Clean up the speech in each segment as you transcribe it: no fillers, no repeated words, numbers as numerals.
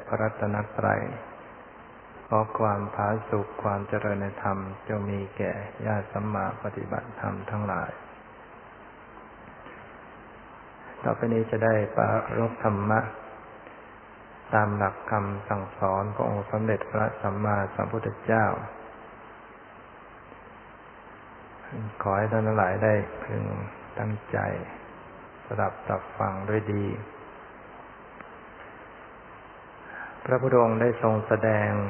พระรัตนตรัยขอความผาสุกความเจริญในธรรมจงมีแก่ญาติสัมมาปฏิบัติธรรมทั้งหลายต่อไปนี้จะได้ปรารภธรรมะตามหลักคำสั่งสอนขององค์สมเด็จพระสัมมาสัมพุทธเจ้าขอให้ท่านทั้งหลายได้พึงตั้งใจสดับรับฟังด้วยดีพระพุทธองค์ได้ทรงแสดง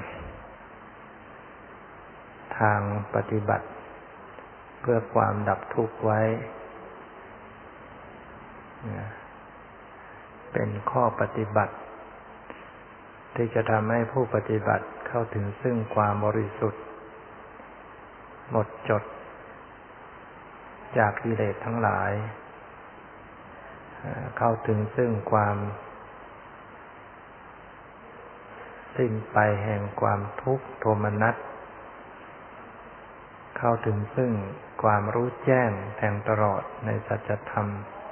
ทางปฏิบัติเพื่อความดับทุกข์ไว้เป็นข้อปฏิบัติที่จะทำให้ผู้ปฏิบัติเข้าถึงซึ่งความบริสุทธิ์หมดจดจากกิเลสทั้งหลายเข้าถึงซึ่งความสิ้นไปแห่งความทุกข์โทมนัสเข้าถึงซึ่งความรู้แจ้งแทงตลอดในสัจธรรม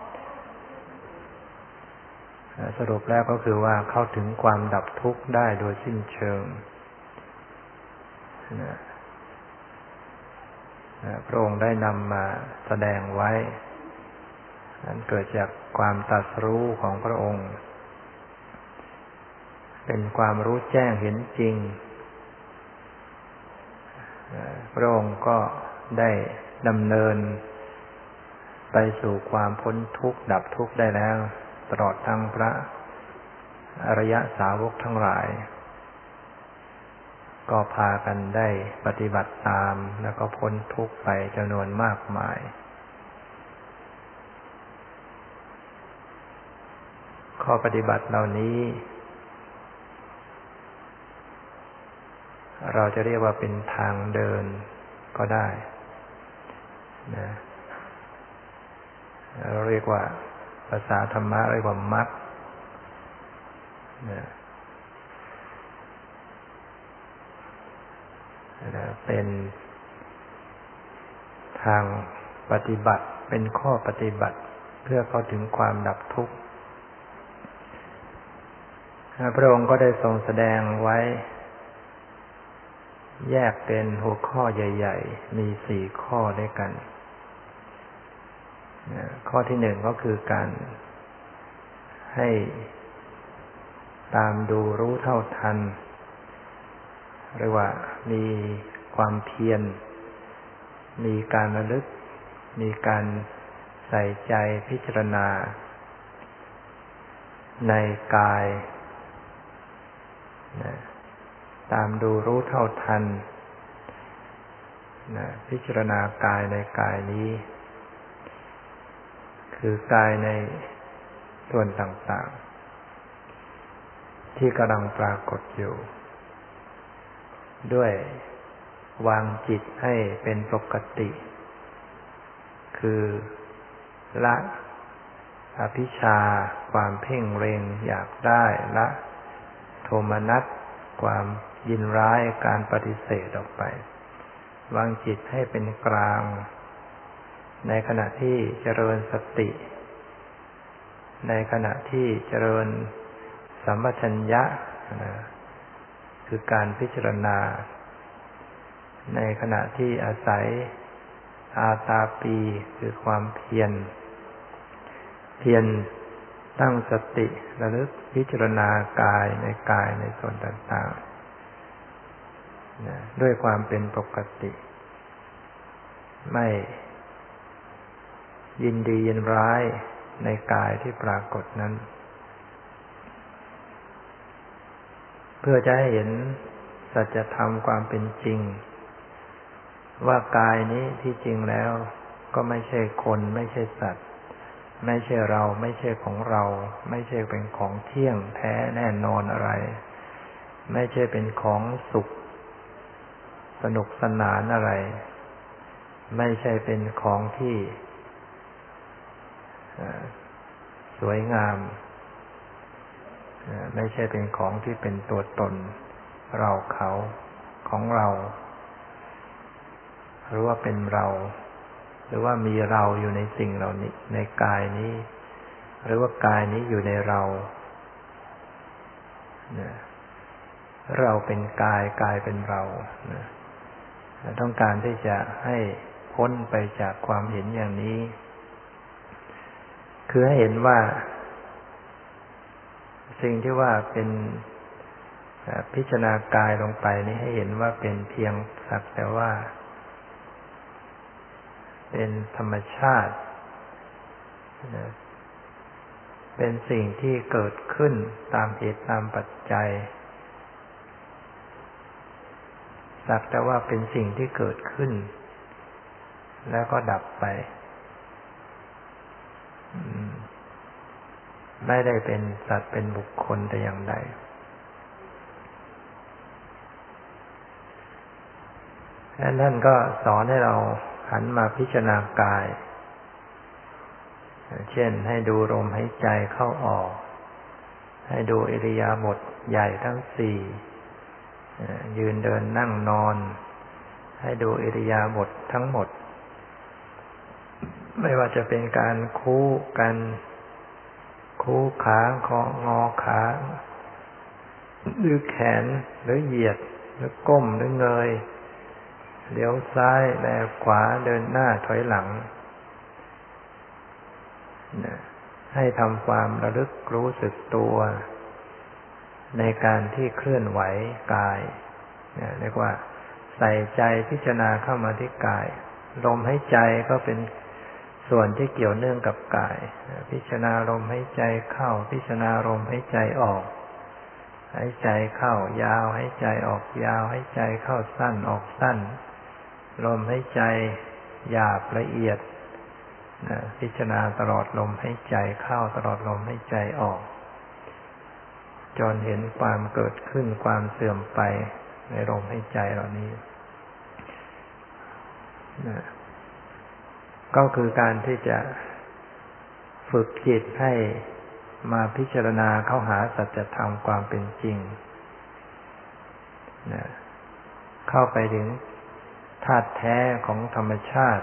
สรุปแล้วก็คือว่าเข้าถึงความดับทุกข์ได้โดยสิ้นเชิงพระองค์ได้นำมาแสดงไว้นั้นเกิดจากความตรัสรู้ของพระองค์เป็นความรู้แจ้งเห็นจริงพระองค์ก็ได้ดำเนินไปสู่ความพ้นทุกข์ดับทุกข์ได้แล้วตลอดทั้งพระอริยสาวกทั้งหลายก็พากันได้ปฏิบัติตามแล้วก็พ้นทุกข์ไปจำนวนมากมายข้อปฏิบัติเหล่านี้เราจะเรียกว่าเป็นทางเดินก็ได้นะเราเรียกว่าภาษาธรรมะเรียกว่ามรรคนะเป็นทางปฏิบัติเป็นข้อปฏิบัติเพื่อเข้าถึงความดับทุกข์พระองค์ก็ได้ทรงแสดงไว้แยกเป็นหัวข้อใหญ่ๆมี4ข้อด้วยกันข้อที่1ก็คือการให้ตามดูรู้เท่าทันหรือว่ามีความเพียรมีการระลึกมีการใส่ใจพิจารณาในกายตามดูรู้เท่าทันพิจารณากายในกายนี้คือกายในส่วนต่างๆที่กำลังปรากฏอยู่ด้วยวางจิตให้เป็นปกติคือละอภิชฌาความเพ่งเร็งอยากได้ละโทมนัสความยินร้ายการปฏิเสธออกไปวางจิตให้เป็นกลางในขณะที่เจริญสติในขณะที่เจริญสัมปชัญญะคือการพิจารณาในขณะที่อาศัยอาตาปีคือความเพียรตั้งสติระลึกพิจารณากายในส่วนต่างๆด้วยความเป็นปกติไม่ยินดียินร้ายในกายที่ปรากฏนั้นเพื่อจะให้เห็นสัจธรรมความเป็นจริงว่ากายนี้ที่จริงแล้วก็ไม่ใช่คนไม่ใช่สัตว์ไม่ใช่เราไม่ใช่ของเราไม่ใช่เป็นของเที่ยงแท้แน่นอนอะไรไม่ใช่เป็นของสุขสนุกสนานอะไรไม่ใช่เป็นของที่สวยงามไม่ใช่เป็นของที่เป็นตัวตนเราเขาของเราหรือว่าเป็นเราหรือว่ามีเราอยู่ในสิ่งเหล่านี้ในกายนี้หรือว่ากายนี้อยู่ในเราเราเป็นกายกายเป็นเราต้องการที่จะให้พ้นไปจากความเห็นอย่างนี้คือให้เห็นว่าสิ่งที่ว่าเป็นพิจารณากายลงไปนี้ให้เห็นว่าเป็นเพียงสักแต่ว่าเป็นธรรมชาติเป็นสิ่งที่เกิดขึ้นตามเหตุตามปัจจัยสักแต่ว่าเป็นสิ่งที่เกิดขึ้นแล้วก็ดับไปไม่ได้เป็นสัตว์เป็นบุคคลแต่อย่างใดและนั่นก็สอนให้เราหันมาพิจารณากายเช่นให้ดูลมหายใจเข้าออกให้ดูอิริยาบถใหญ่ทั้งสี่ยืนเดินนั่งนอนให้ดูอิริยาบถทั้งหมดไม่ว่าจะเป็นการคู่ขางอขาหรือแขนหรือเหยียดหรือก้มหรือเงยเลี้ยวซ้ายแลขวาเดินหน้าถอยหลังให้ทำความระลึกรู้สึกตัวในการที่เคลื่อนไหวกายเรียกว่าใส่ใจพิจารณาเข้ามาที่กายลมหายใจก็เป็นส่วนที่เกี่ยวเนื่องกับกายพิจารณาลมหายใจเข้าพิจารณาลมหายใจออกหายใจเข้ายาวหายใจออกยาวหายใจเข้าสั้นออกสั้นลมหายใจหยาบละเอียดพิจารณาตลอดลมหายใจเข้าตลอดลมหายใจออกจนเห็นความเกิดขึ้นความเสื่อมไปในลมหายใจเหล่านี้ก็คือการที่จะฝึกจิตให้มาพิจารณาเข้าหาสัจธรรมความเป็นจริงเข้าไปถึงธาตุแท้ของธรรมชาติ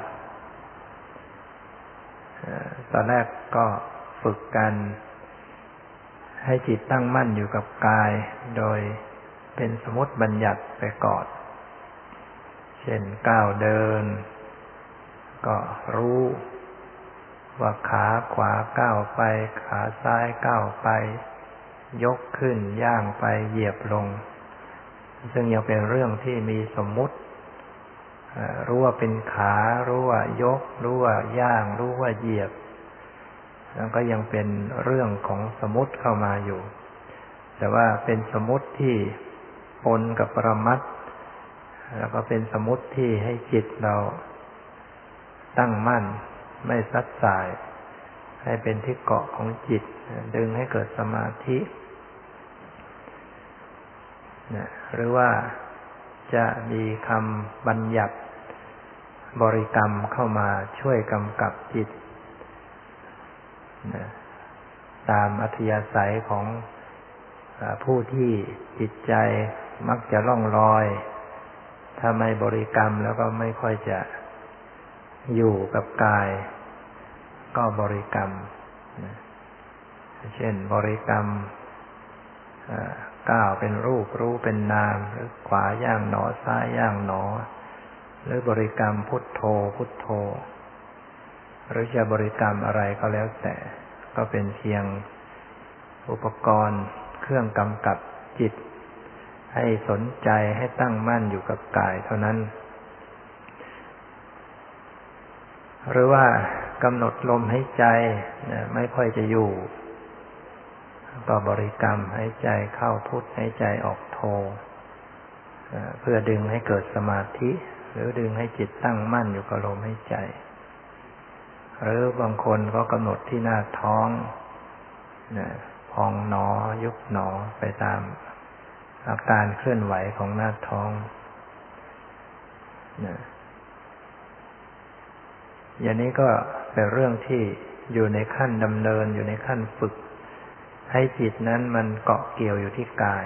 ตอนแรกก็ฝึกกันให้จิตตั้งมั่นอยู่กับกายโดยเป็นสมมติบัญญัติไปก่อนเช่นก้าวเดินก็รู้ว่าขาขวาก้าวไปขาซ้ายก้าวไปยกขึ้นย่างไปเหยียบลงซึ่งยังเป็นเรื่องที่มีสมมุติรู้ว่าเป็นขารู้ว่ายกรู้ว่าย่างรู้ว่าเหยียบแล้วก็ยังเป็นเรื่องของสมมุติเข้ามาอยู่แต่ว่าเป็นสมมุติที่ปนกับปรมัตถ์แล้วก็เป็นสมมุติที่ให้จิตเราตั้งมั่นไม่ซัดสายให้เป็นที่เกาะของจิตดึงให้เกิดสมาธิหรือว่าจะมีคำบัญญัติบริกรรมเข้ามาช่วยกำกับจิตตามอัธยาศัยของผู้ที่จิตใจมักจะล่องลอยถ้าไม่บริกรรมแล้วก็ไม่ค่อยจะอยู่กับกายก็บริกรรมเช่นบริกรรมก้าวเป็นรูปรู้เป็นนามหรือขวาย่างหนอซ้ายย่างหนอหรือบริกรรมพุทโธพุทโธหรือจะบริกรรมอะไรก็แล้วแต่ก็เป็นเพียงอุปกรณ์เครื่องกำกับจิตให้สนใจให้ตั้งมั่นอยู่กับกายเท่านั้นหรือว่ากำหนดลมหายใจไม่ค่อยจะอยู่ก็บริกรรมหายใจเข้าพุทหายใจออกโธเพื่อดึงให้เกิดสมาธิหรือดึงให้จิตตั้งมั่นอยู่กับลมหายใจหรือบางคนก็กำหนดที่หน้าท้องพองหนอยุบหนอไปตามอาการเคลื่อนไหวของหน้าท้องอย่างนี้ก็เป็นเรื่องที่อยู่ในขั้นดำเนินอยู่ในขั้นฝึกให้จิตนั้นมันเกาะเกี่ยวอยู่ที่กาย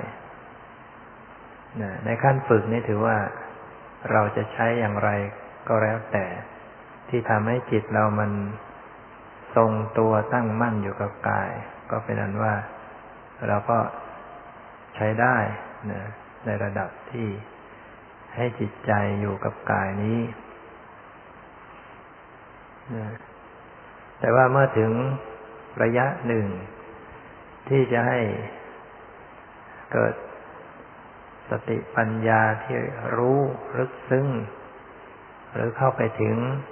ในขั้นฝึกนี้ถือว่าเราจะใช้อย่างไรก็แล้วแต่ที่ทำให้จิตเรามันทรงตัวตั้งมั่นอยู่กับกายก็เป็นอันว่าเราก็ใช้ได้ในระดับที่ให้จิตใจอยู่กับกายนี้แต่ว่าเมื่อถึงระยะหนึ่งที่จะให้เกิดสติปัญญาที่รู้ลึกซึ้งหรือเข้าไปถึง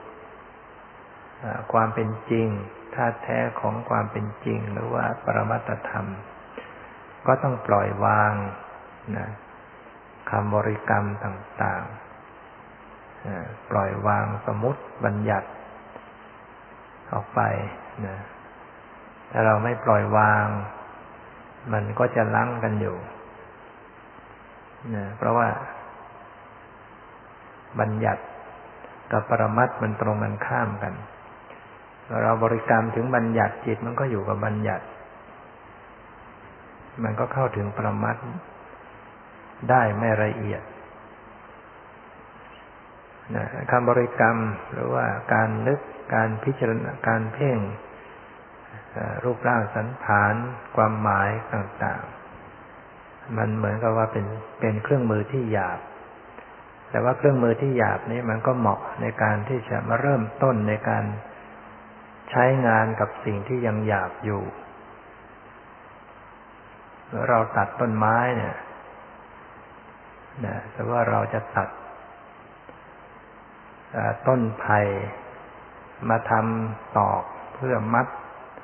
ความเป็นจริงธาตุแท้ของความเป็นจริงหรือว่าปรมัตถธรรมก็ต้องปล่อยวางนะคำบริกรรมต่างๆปล่อยวางสมมุติบัญญัติออกไปนะถ้าเราไม่ปล่อยวางมันก็จะลั้งกันอยู่นะเพราะว่าบัญญัติกับปรมัตถ์มันตรงกันข้ามกันเราบริกรรมถึงบัญญัติจิตมันก็อยู่กับบัญญัติมันก็เข้าถึงปรมัตถ์ได้ไม่ละเอียดนะคำบริกรรมหรือว่าการนึกการพิจารณาการเพ่งรูปร่างสันฐานความหมายต่างๆมันเหมือนกับว่าเป็นเครื่องมือที่หยาบแต่ว่าเครื่องมือที่หยาบนี้มันก็เหมาะในการที่จะมาเริ่มต้นในการใช้งานกับสิ่งที่ยังหยาบอยู่เราตัดต้นไม้เนี่ยแต่ว่าเราจะตัดต้นไผ่มาทำตอกเพื่อมัด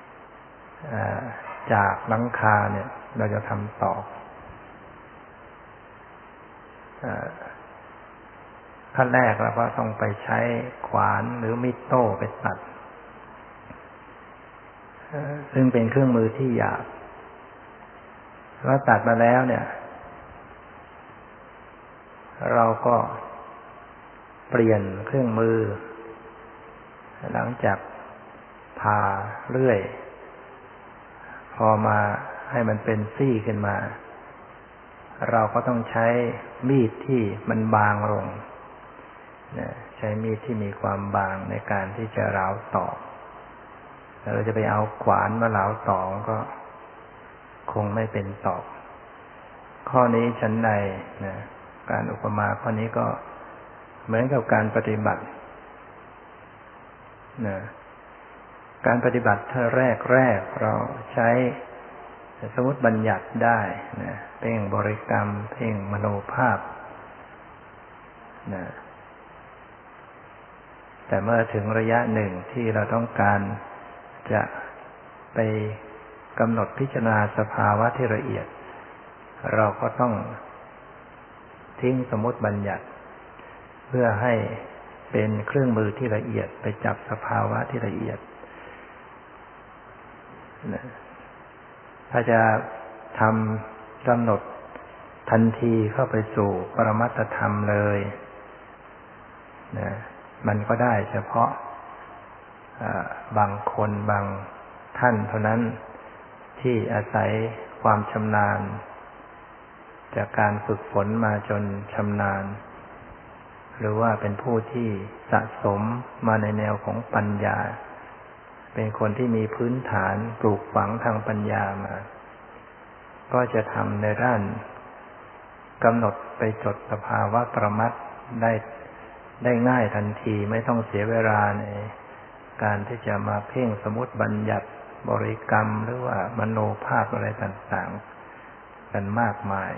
จากหลังคาเนี่ยเราจะทำตอกขั้นแรกเราก็ต้องไปใช้ขวานหรือมีดโต้ไปตัดซึ่งเป็นเครื่องมือที่หยาบแล้วตัดมาแล้วเนี่ยเราก็เปลี่ยนเครื่องมือหลังจากผ่าเลื่อยพอมาให้มันเป็นซี่ขึ้นมาเราก็ต้องใช้มีดที่มันบางลงใช้มีดที่มีความบางในการที่จะเหลาตอกเราจะไปเอาขวานมาเหลาตอกก็คงไม่เป็นตอกข้อนี้ฉันใดนะการอุปมาข้อนี้ก็เหมือนกับการปฏิบัตินะการปฏิบัติแรกเราใช้สมมุติบัญญัติได้นะเพ่งบริกรรมเพ่งมโนภาพนะแต่เมื่อถึงระยะหนึ่งที่เราต้องการจะไปกำหนดพิจารณาสภาวะที่ละเอียดเราก็ต้องทิ้งสมมุติบัญญัติเพื่อให้เป็นเครื่องมือที่ละเอียดไปจับสภาวะที่ละเอียดถ้าจะทำกำหนดทันทีเข้าไปสู่ปรมัตถธรรมเลยนะมันก็ได้เฉพาะบางคนบางท่านเท่านั้นที่อาศัยความชำนาญจากการฝึกฝนมาจนชำนาญหรือว่าเป็นผู้ที่สะสมมาในแนวของปัญญาเป็นคนที่มีพื้นฐานปลูกฝังทางปัญญามาก็จะทำในด้านกำหนดไปจดสภาวะปรมัตถ์ได้ง่ายทันทีไม่ต้องเสียเวลาในการที่จะมาเพ่งสมมุติบัญญัติบริกรรมหรือว่ามโนภาพอะไรต่างๆกันมากมาย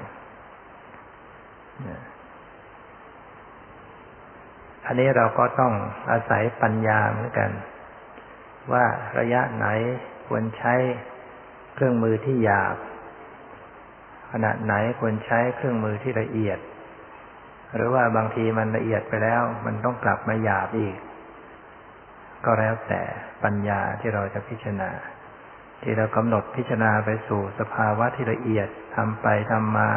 อันนี้เราก็ต้องอาศัยปัญญาเหมือนกันว่าระยะไหนควรใช้เครื่องมือที่หยาบขณะไหนควรใช้เครื่องมือที่ละเอียดหรือว่าบางทีมันละเอียดไปแล้วมันต้องกลับมาหยาบอีกก็แล้วแต่ปัญญาที่เราจะพิจารณาที่เรากำหนดพิจารณาไปสู่สภาวะที่ละเอียดทำไปทำมา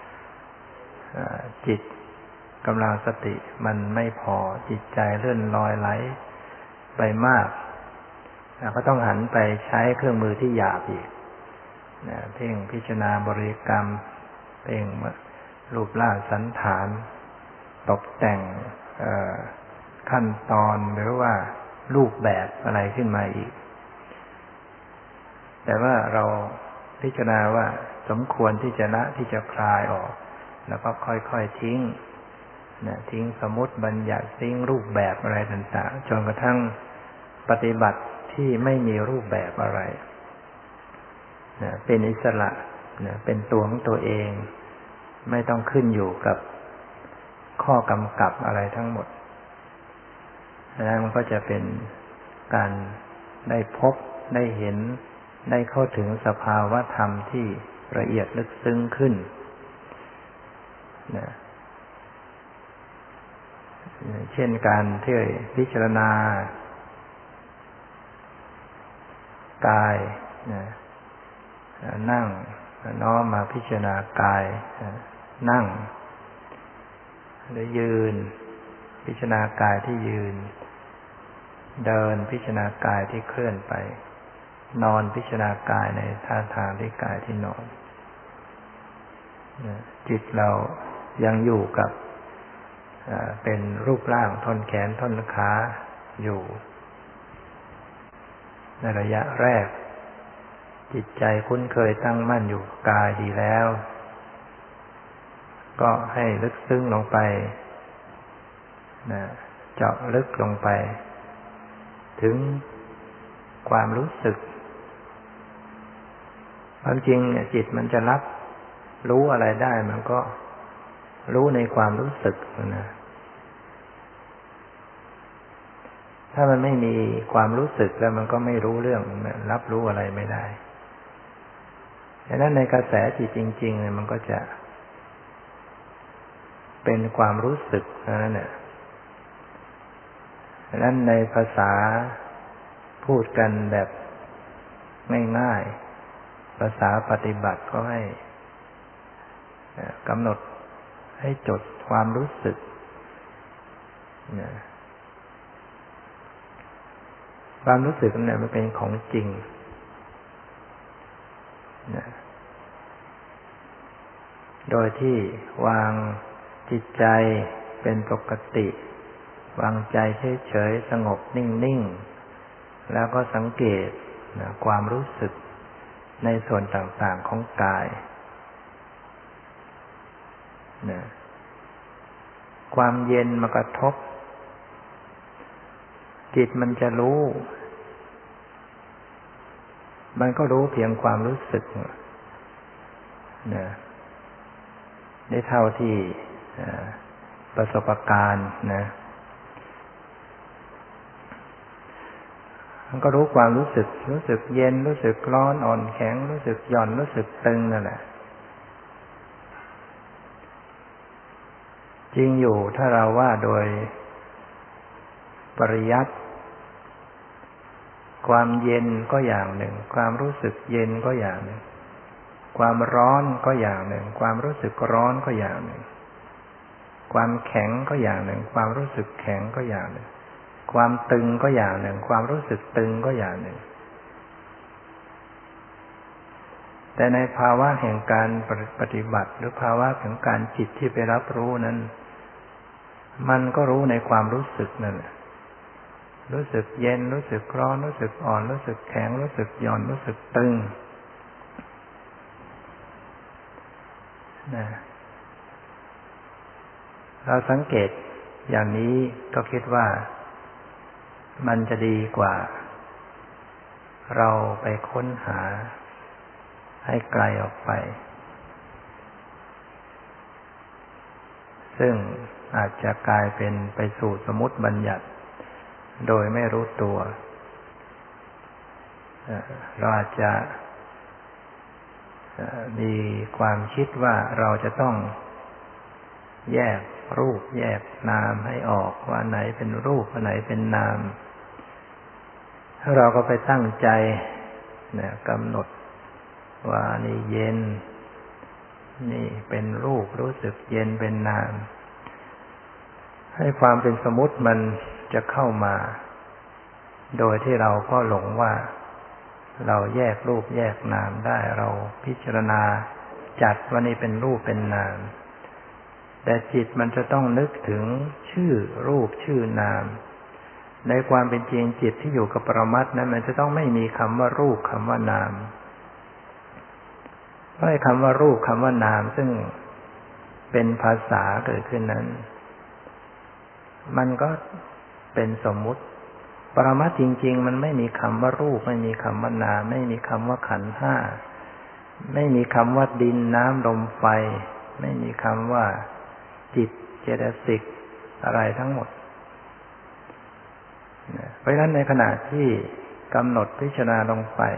จิตกำลังสติมันไม่พอจิตใจเลื่อนลอยไหลไปมากก็ต้องหันไปใช้เครื่องมือที่หยาบอีกเพ่งพิจารณาบริกรรมเพ่งรูปร่างสันฐานตกแต่งขั้นตอนหรือว่ารูปแบบอะไรขึ้นมาอีกแต่ว่าเราพิจารณาว่าสมควรที่จะละที่จะคลายออกแล้วก็ค่อยๆทิ้งทิ้งสมมติบัญญัติทิ้งรูปแบบอะไรต่างๆจนกระทั่งปฏิบัติที่ไม่มีรูปแบบอะไรเป็นอิสระเป็นตัวของตัวเองไม่ต้องขึ้นอยู่กับข้อกำกับอะไรทั้งหมดแล้วมันก็จะเป็นการได้พบได้เห็นได้เข้าถึงสภาวะธรรมที่ละเอียดลึกซึ้งขึ้นเช่นการที่พิจารณากายนั่งน้อมมาพิจารณากายนั่งหรือยืนพิจารณากายที่ยืนเดินพิจารณากายที่เคลื่อนไปนอนพิจารณากายในท่าทางที่กายที่นอนจิตเรายังอยู่กับเป็นรูปร่างท่อนแขนท่อนขาอยู่ในระยะแรกจิตใจคุ้นเคยตั้งมั่นอยู่กายดีแล้วก็ให้ลึกซึ้งลงไปเจาะลึกลงไปถึงความรู้สึกความจริงจิตมันจะรับรู้อะไรได้มันก็รู้ในความรู้สึกนะถ้ามันไม่มีความรู้สึกแล้วมันก็ไม่รู้เรื่องรับรู้อะไรไม่ได้ดังนั้นในกระแสจิตจริงๆมันก็จะเป็นความรู้สึกนั่นแหละดังนั้นในภาษาพูดกันแบบง่ายๆภาษาปฏิบัติก็ให้กำหนดให้จดความรู้สึกความรู้สึกนั้นมันเป็นของจริงโดยที่วางจิตใจเป็นปกติวางใจเฉยๆสงบนิ่งๆแล้วก็สังเกตความรู้สึกในส่วนต่างๆของกายความเย็นมากระทบจิตมันจะรู้มันก็รู้เพียงความรู้สึกได้เท่าที่ประสบการณ์มันก็รู้ความรู้สึกเย็นรู้สึกร้อนอ่อนแข็งรู้สึกหย่อนรู้สึกตึงนั่นแหละจริงอยู่ถ้าเราว่าโดยปริยัติความเย็นก็อย่างหนึ่งความรู้สึกเย็นก็อย่างหนึ่งความร้อนก็อย่างหนึ่งความรู้สึกร้อนก็อย่างหนึ่งความแข็งก็อย่างหนึ่งความรู้สึกแข็งก็อย่างหนึ่งความตึงก็อย่างหนึ่งความรู้สึกตึงก็อย่างหนึ่งแต่ในภาวะแห่งการปฏิบัติหรือภาวะของการจิตที่ไปรับรู้นั้นมันก็รู้ในความรู้สึกนั่นแหละรู้สึกเย็นรู้สึกร้อนรู้สึกอ่อนรู้สึกแข็งรู้สึกหย่อนรู้สึกตึงเราสังเกตอย่างนี้ก็คิดว่ามันจะดีกว่าเราไปค้นหาให้ไกลออกไปซึ่งอาจจะกลายเป็นไปสู่สมมุติบัญญัติโดยไม่รู้ตัวเราอาจจะมีความคิดว่าเราจะต้องแยกรูปแยกนามให้ออกว่าไหนเป็นรูปอันไหนเป็นนามถ้าเราก็ไปตั้งใจกำหนดว่านี่เย็นนี่เป็นรูปรู้สึกเย็นเป็นนามให้ความเป็นสมมุติมันจะเข้ามาโดยที่เราก็หลงว่าเราแยกรูปแยกนามได้เราพิจารณาจัดว่านี่เป็นรูปเป็นนามแต่จิตมันจะต้องนึกถึงชื่อรูปชื่อนามในความเป็นจริงจิตที่อยู่กับปรมัตถ์นั้นมันจะต้องไม่มีคำว่ารูปคำว่านามเพราะคำว่ารูปคำว่านามซึ่งเป็นภาษาเกิดขึ้นนั้นมันก็เป็นสมมุติปรมัตถ์จริงๆมันไม่มีคำว่ารูปไม่มีคำว่านามไม่มีคำว่าขันธ์ห้าไม่มีคำว่าดินน้ำลมไฟไม่มีคำว่าจิตเจตสิกอะไรทั้งหมดเพราะฉะนั้นในขณะที่กำหนดพิจารณาลงไป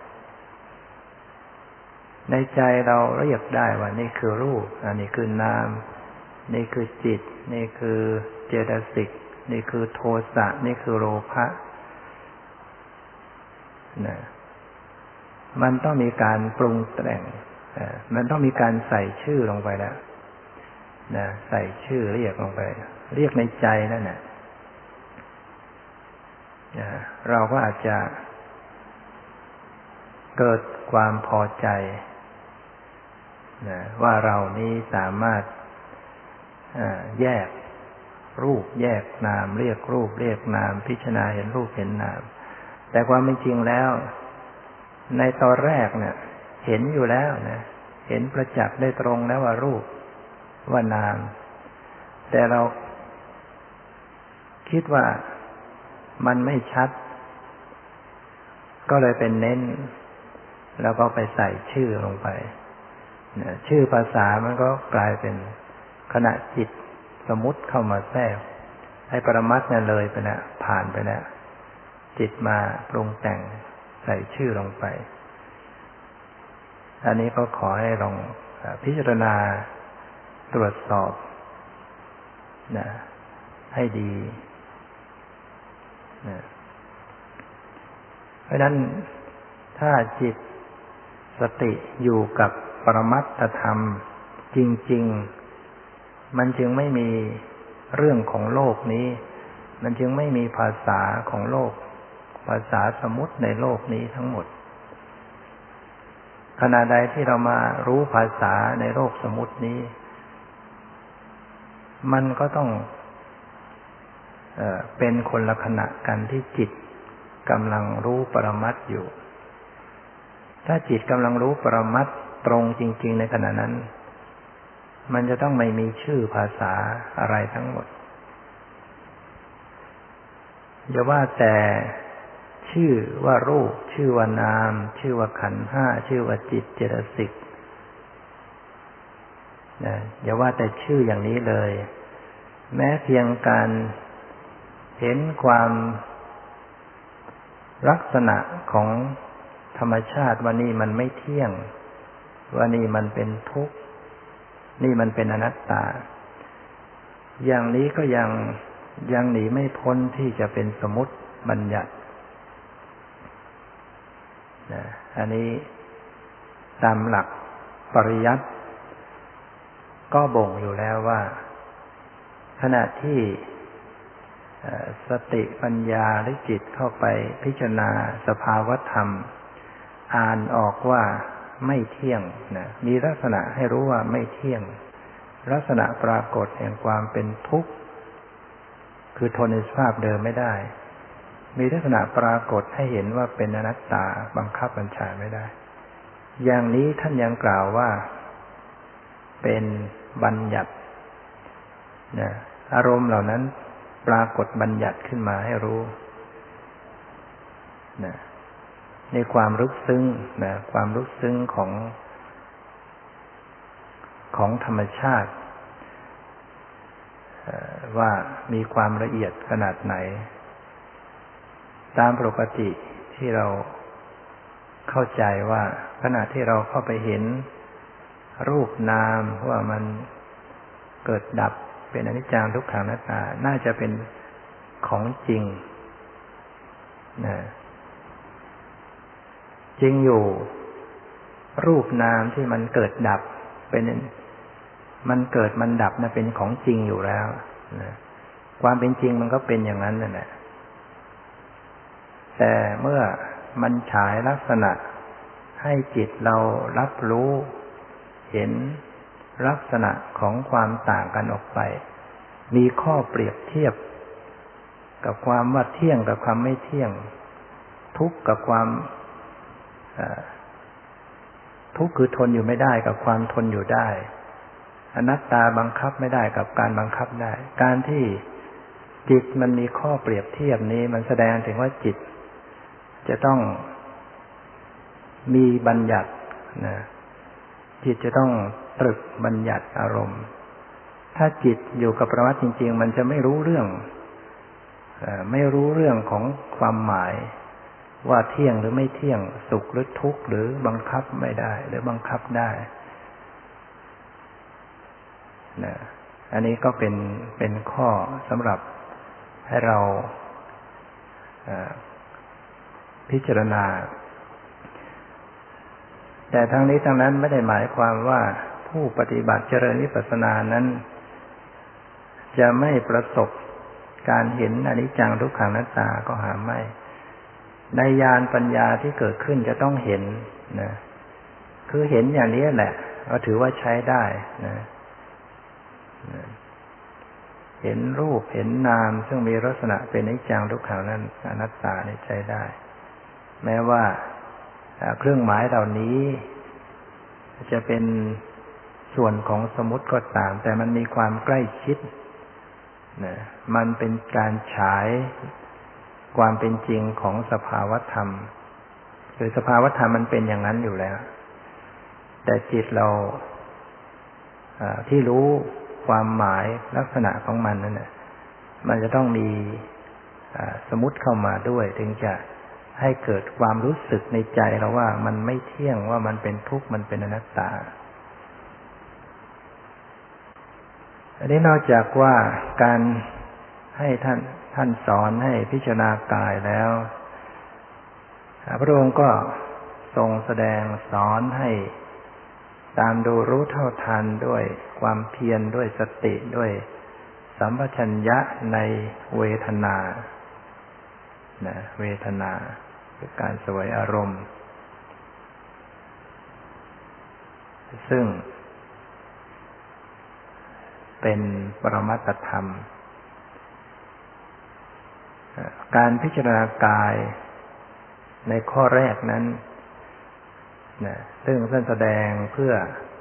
ในใจเราเรียกได้ว่านี่คือรูปอันนี้คือนามนี่คือจิตนี่คือเจตสิกนี่คือโทสะนี่คือโลภะนะมันต้องมีการปรุงแต่งมันต้องมีการใส่ชื่อลงไปแล้วนะใส่ชื่อเรียกลงไปเรียกในใจนั่นแหละเราก็อาจจะเกิดความพอใจนะว่าเรานี้สามารถแยกรูปแยกนามเรียกรูปเรียกนามพิจารณาเห็นรูปเห็นนามแต่ความเป็นจริงแล้วในตอนแรกเนี่ยเห็นอยู่แล้วนะเห็นประจักษ์ได้ตรงแล้วว่ารูปว่านามแต่เราคิดว่ามันไม่ชัดก็เลยเป็นเน้นแล้วก็ไปใส่ชื่อลงไปชื่อภาษามันก็กลายเป็นขณะจิตสมมุติเข้ามาแทรกให้ปรมัตถ์เนี่ยเลยไปแล้วผ่านไปแล้วจิตมาปรุงแต่งใส่ชื่อลงไปอันนี้ก็ขอให้ลองพิจารณาตรวจสอบนะให้ดีนะเพราะฉะนั้นถ้าจิตสติอยู่กับปรมัตถธรรมจริงๆมันจึงไม่มีเรื่องของโลกนี้มันจึงไม่มีภาษาของโลกภาษาสมมุติในโลกนี้ทั้งหมดขณะใดที่เรามารู้ภาษาในโลกสมมุตินี้มันก็ต้องเป็นคนละขณะกันที่จิตกำลังรู้ปรมัตถ์อยู่ถ้าจิตกำลังรู้ปรมัตถ์ตรงจริงๆในขณะนั้นมันจะต้องไม่มีชื่อภาษาอะไรทั้งหมดอย่าว่าแต่ชื่อว่ารูปชื่อว่านามชื่อว่าขันธ์ห้าชื่อว่าจิตเจตสิกอย่าว่าแต่ชื่ออย่างนี้เลยแม้เพียงการเห็นความลักษณะของธรรมชาติว่านี่มันไม่เที่ยงว่านี่มันเป็นทุกข์นี่มันเป็นอนัตตาอย่างนี้ก็ยังหนีไม่พ้นที่จะเป็นสมมุติบัญญัติอันนี้ตามหลักปริยัติก็บ่งอยู่แล้วว่าขณะที่สติปัญญาหรือจิตเข้าไปพิจารณาสภาวธรรมอ่านออกว่าไม่เที่ยงนะมีลักษณะให้รู้ว่าไม่เที่ยงลักษณะปรากฏแห่งความเป็นทุกข์คือทนในสภาพเดิมไม่ได้มีลักษณะปรากฏให้เห็นว่าเป็นอนัตตาบังคับบัญชาไม่ได้อย่างนี้ท่านยังกล่าวว่าเป็นบัญญัตินะอารมณ์เหล่านั้นปรากฏบัญญัติขึ้นมาให้รู้นะในความลึกซึ้งนะความลึกซึ้งของธรรมชาติว่ามีความละเอียดขนาดไหนตามปกติที่เราเข้าใจว่าขณะที่เราเข้าไปเห็นรูปนามว่ามันเกิดดับเป็นอนิจจังทุกขังอนัตตาน่าจะเป็นของจริงนะจริงอยู่รูปนามที่มันเกิดดับเป็นมันเกิดมันดับนะเป็นของจริงอยู่แล้วนะความเป็นจริงมันก็เป็นอย่างนั้นนั่นแหละแต่เมื่อมันฉายลักษณะให้จิตเรารับรู้เห็นลักษณะของความต่างกันออกไปมีข้อเปรียบเทียบกับความว่าเที่ยงกับความไม่เที่ยงทุกข์กับความทุกข์คือทนอยู่ไม่ได้กับความทนอยู่ได้อนัตตาบังคับไม่ได้กับการบังคับได้การที่จิตมันมีข้อเปรียบเทียบนี้มันแสดงถึงว่าจิตจะต้องมีบัญญัตินะจิตจะต้องตรึกบัญญัติอารมณ์ถ้าจิตอยู่กับปรมัตถ์จริงๆมันจะไม่รู้เรื่องของความหมายว่าเที่ยงหรือไม่เที่ยงสุขหรือทุกข์หรือบังคับไม่ได้หรือบังคับได้นะอันนี้ก็เป็นข้อสำหรับให้เราพิจารณาแต่ทั้งนี้ทั้งนั้นไม่ได้หมายความว่าผู้ปฏิบัติเจริญวิปัสสนานั้นจะไม่ประสบการเห็นอนิจจังทุกขังอนัตตาก็หาไม่ในญาณปัญญาที่เกิดขึ้นจะต้องเห็นนะคือเห็นอย่างนี้แหละก็ถือว่าใช้ได้นะเห็นรูปเห็นนามซึ่งมีลักษณะเป็นอนิจจังทุกขังอนัตตานี่ใช้ได้แม้ว่าเครื่องหมายเหล่านี้จะเป็นส่วนของสมมุติก็ตามแต่มันมีความใกล้ชิดนะมันเป็นการฉายความเป็นจริงของสภาวธรรมคือสภาวธรรมมันเป็นอย่างนั้นอยู่แล้วแต่จิตเราที่รู้ความหมายลักษณะของมันนั่นแหละมันจะต้องมีสมมุติเข้ามาด้วยถึงจะให้เกิดความรู้สึกในใจเราว่ามันไม่เที่ยงว่ามันเป็นทุกข์มันเป็นอนัตตาอันนี้นอกจากว่าการให้ท่านสอนให้พิจารณากายแล้วพระองค์ก็ทรงแสดงสอนให้ตามดูรู้เท่าทันด้วยความเพียรด้วยสติด้วยสัมปชัญญะในเวทนาเวทนาคือการเสวยอารมณ์ซึ่งเป็นปรมัตถธรรมการพิจารณากายในข้อแรกนั้นซึ่งท่านแสดงเพื่อ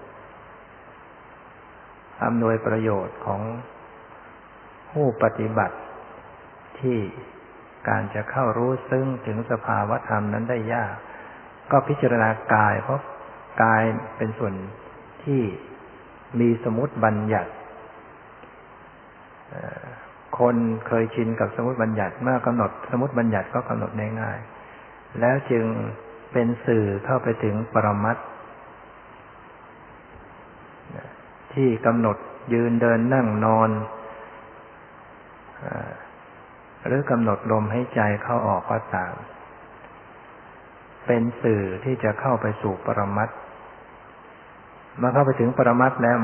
อำนวยประโยชน์ของผู้ปฏิบัติที่การจะเข้ารู้ซึ้งถึงสภาวธรรมนั้นได้ยากก็พิจารณากายเพราะกายเป็นส่วนที่มีสมมุติบัญญัติคนเคยชินกับสมมุติบัญญัติเมื่อกำหนดสมมุติบัญญัติก็กำหนดง่ายๆแล้วจึงเป็นสื่อเข้าไปถึงปรมัตถ์ที่กำหนดยืนเดินนั่งนอนหรือกำหนดลมหายใจเข้าออกก็ตามเป็นสื่อที่จะเข้าไปสู่ปรมัตถ์เมื่อเข้าไปถึงปรมัตถ์แล้ว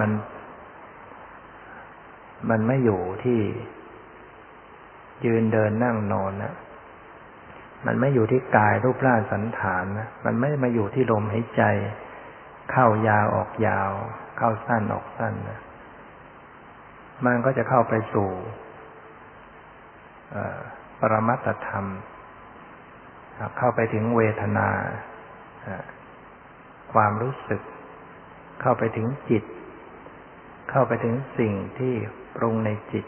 มันไม่อยู่ที่ยืนเดินนั่งนอนนะมันไม่อยู่ที่กายรูปร่างสันฐานนะมันไม่มาอยู่ที่ลมหายใจเข้ายาวออกยาวเข้าสั้นออกสั้นนะมันก็จะเข้าไปสู่ปรมัตถธรรมเข้าไปถึงเวทนาความรู้สึกเข้าไปถึงจิตเข้าไปถึงสิ่งที่ปรุงในจิต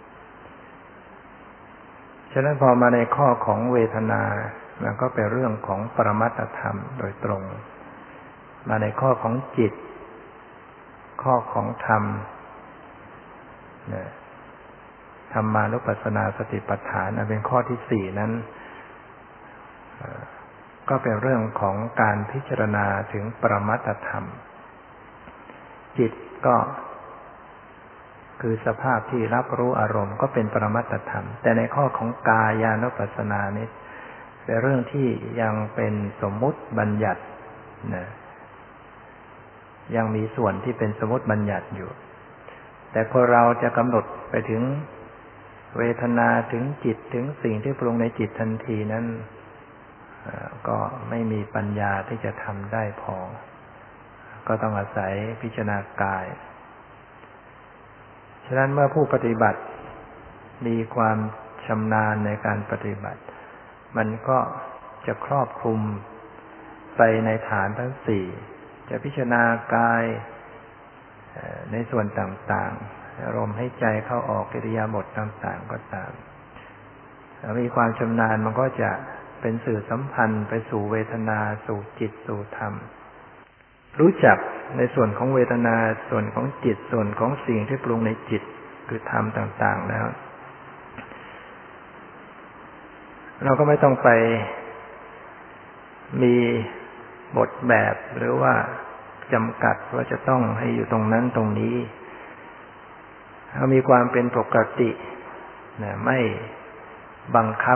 ฉะนั้นพอมาในข้อของเวทนามันก็เป็นเรื่องของปรมัตถธรรมโดยตรงมาในข้อของจิตข้อของธรรมธรรมานุปัสสนาสติปัฏฐานเป็นข้อที่สี่นั้นก็เป็นเรื่องของการพิจารณาถึงปรมัตถธรรมจิตก็คือสภาพที่รับรู้อารมณ์ก็เป็นปรมัตถธรรมแต่ในข้อของกายานุปัสสนานี้เป็นเรื่องที่ยังเป็นสมมุติบัญญัติยังมีส่วนที่เป็นสมมุติบัญญัติอยู่แต่พอเราจะกำหนดไปถึงเวทนาถึงจิตถึงสิ่งที่ปรุงในจิตทันทีนั้นก็ไม่มีปัญญาที่จะทำได้พอก็ต้องอาศัยพิจารณากายฉะนั้นเมื่อผู้ปฏิบัติมีความชำนาญในการปฏิบัติมันก็จะครอบคลุมไปในฐานทั้งสี่จะพิจารณากายในส่วนต่างๆอารมณ์ให้ใจเข้าออกอิริยาบถต่างๆก็ตามมีความชำนาญมันก็จะเป็นสื่อสัมพันธ์ไปสู่เวทนาสู่จิตสู่ธรรมรู้จักในส่วนของเวทนาส่วนของจิตส่วนของสิ่งที่ปรุงในจิตคือธรรมต่างๆแล้วเราก็ไม่ต้องไปมีบทแบบหรือว่าจำกัดว่าจะต้องให้อยู่ตรงนั้นตรงนี้เรามีความเป็นปกติไม่บังคับ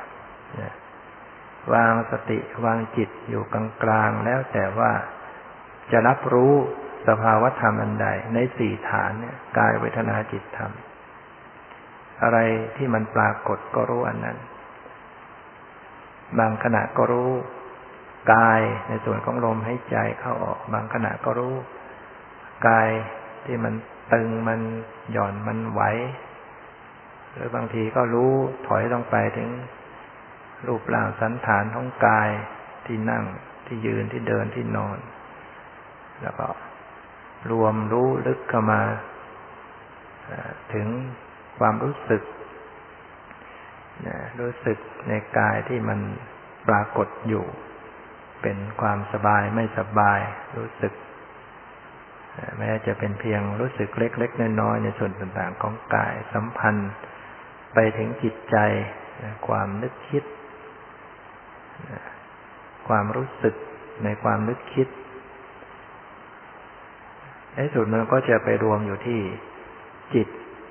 วางสติวางจิตอยู่กลางๆแล้วแต่ว่าจะรับรู้สภาวะธรรมอันใดในสี่ฐานกายเวทนาจิตธรรมอะไรที่มันปรากฏก็รู้อันนั้นบางขณะก็รู้กายในส่วนของลมหายใจเข้าออกบางขณะก็รู้กายที่มันตึงมันหย่อนมันไหวหรือบางทีก็รู้ถอยลงไปถึงรูปร่างสันฐานของกายที่นั่งที่ยืนที่เดินที่นอนแล้วก็รวมรู้ลึกเข้ามาถึงความรู้สึกในกายที่มันปรากฏอยู่เป็นความสบายไม่สบายรู้สึกแม้จะเป็นเพียงรู้สึกเล็กๆน้อยๆในส่วนต่างๆของกายสัมพันธ์ไปถึงจิตใจความนึกคิดความรู้สึกในความนึกคิดในสุดมันก็จะไปรวมอยู่ที่จิต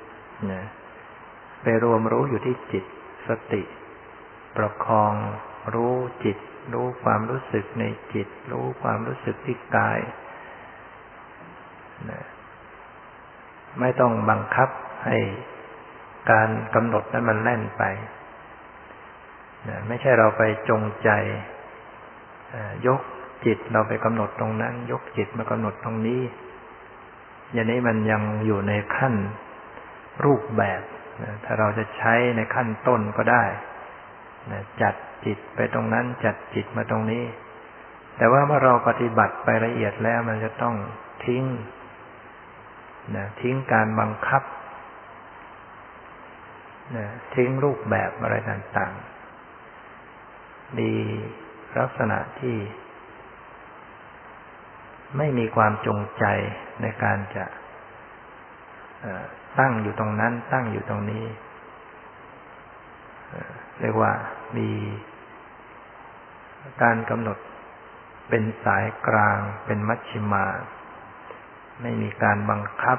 ไปรวมรู้อยู่ที่จิตสติประคองรู้จิตรู้ความรู้สึกในจิตรู้ความรู้สึกที่กายไม่ต้องบังคับให้การกำหนดนั้นมันแล่นไปไม่ใช่เราไปจงใจยกจิตเราไปกำหนดตรงนั้นยกจิตมากำหนดตรงนี้อย่างนี้มันยังอยู่ในขั้นรูปแบบถ้าเราจะใช้ในขั้นต้นก็ได้จัดจิตไปตรงนั้นจัดจิตมาตรงนี้แต่ว่าเมื่อเราปฏิบัติไปละเอียดแล้วมันจะต้องทิ้งการบังคับทิ้งรูปแบบอะไรต่างๆมีลักษณะที่ไม่มีความจงใจในการจะตั้งอยู่ตรงนั้นตั้งอยู่ตรงนี้เรียกว่ามีการกำหนดเป็นสายกลางเป็นมัชฌิมาไม่มีการบังคับ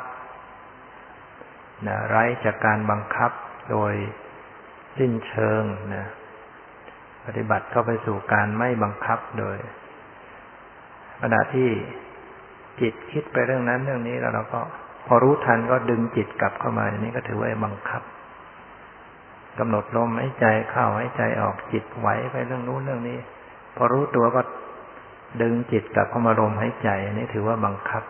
ไร้จากการบังคับโดยสิ้นเชิงปฏิบัติเข้าไปสู่การไม่บังคับโดยขณะที่จิตคิดไปเรื่องนั้นเรื่องนี้แล้วเราก็พอรู้ทันก็ดึงจิตกลับเข้ามาอย่างนี้ก็ถือว่าบังคับกำหนดลมหายใจเข้าหายใจออกจิตไหวไปเรื่องนู้นเรื่องนี้พอรู้ตัวก็ดึงจิตกลับเข้ามาลมหายใจอันนี้ถือว่าบังคับ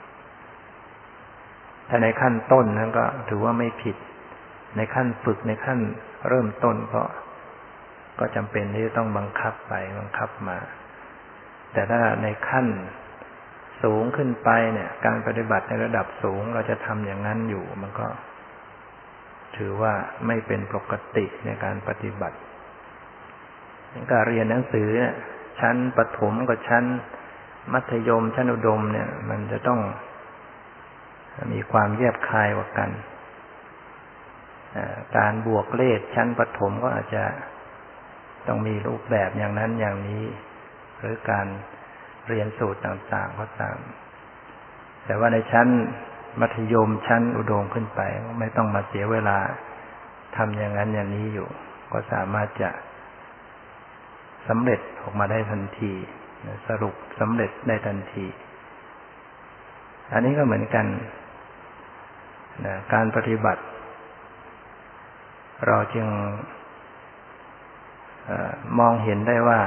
ถ้าในขั้นต้นนั้นก็ถือว่าไม่ผิดในขั้นฝึกในขั้นเริ่มต้นก็จำเป็นที่จะต้องบังคับไปบังคับมาแต่ถ้าในขั้นสูงขึ้นไปการปฏิบัติในระดับสูงเราจะทำอย่างนั้นอยู่มันก็ถือว่าไม่เป็นปกติในการปฏิบัติการเรียนหนังสือชั้นประถมกับชั้นมัธยมชั้นอุดมมันจะต้องมีความแยบคายกว่ากันการบวกเลขชั้นประถมก็อาจจะต้องมีรูปแบบอย่างนั้นอย่างนี้หรือการเรียนสูตรต่างๆก็ตามแต่ว่าในชั้นมัธยมชั้นอุดมขึ้นไปไม่ต้องมาเสียเวลาทำอย่างนั้นอย่างนี้อยู่ก็สามารถจะสำเร็จออกมาได้ทันทีสรุปสำเร็จได้ทันทีอันนี้ก็เหมือนกันการปฏิบัติเราจึงมองเห็นได้ว่า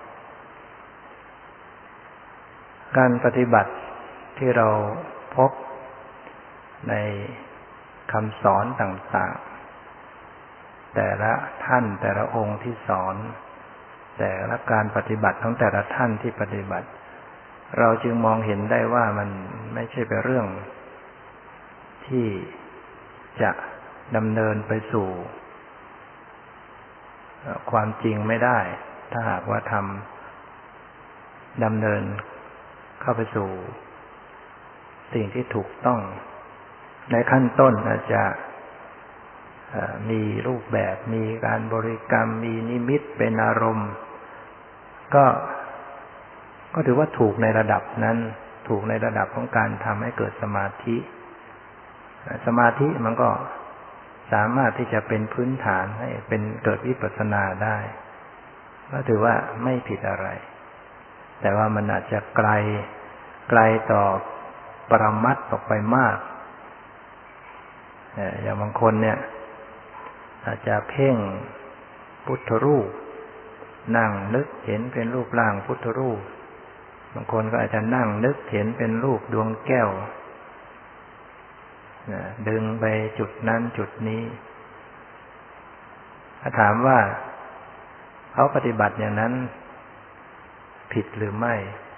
การปฏิบัติที่เราพบในคำสอนต่างๆแต่ละท่านแต่ละองค์ที่สอนแต่ละการปฏิบัติของแต่ละท่านที่ปฏิบัติเราจึงมองเห็นได้ว่ามันไม่ใช่เป็นเรื่องที่จะดำเนินไปสู่ความจริงไม่ได้ถ้าหากว่าดำเนินเข้าไปสู่สิ่งที่ถูกต้องในขั้นต้นอาจจะมีรูปแบบมีการบริกรรมมีนิมิตเป็นอารมณ์ก็ถือว่าถูกในระดับนั้นถูกในระดับของการทำให้เกิดสมาธิสมาธิมันก็สามารถที่จะเป็นพื้นฐานให้เป็นเกิดวิปัสสนาได้ก็ถือว่าไม่ผิดอะไรแต่ว่ามันอาจจะไกลต่อปรมัตถ์ออกไปมากอย่างบางคนเนี่ยอาจจะเพ่งพุทธรูปนั่งนึกเห็นเป็นรูปร่างพุทธรูปบางคนก็อาจจะนั่งนึกเห็นเป็นรูปดวงแก้วดึงไปจุดนั้นจุดนี้ถ้าถามว่าเขาปฏิบัติอย่างนั้นผิดหรือไม่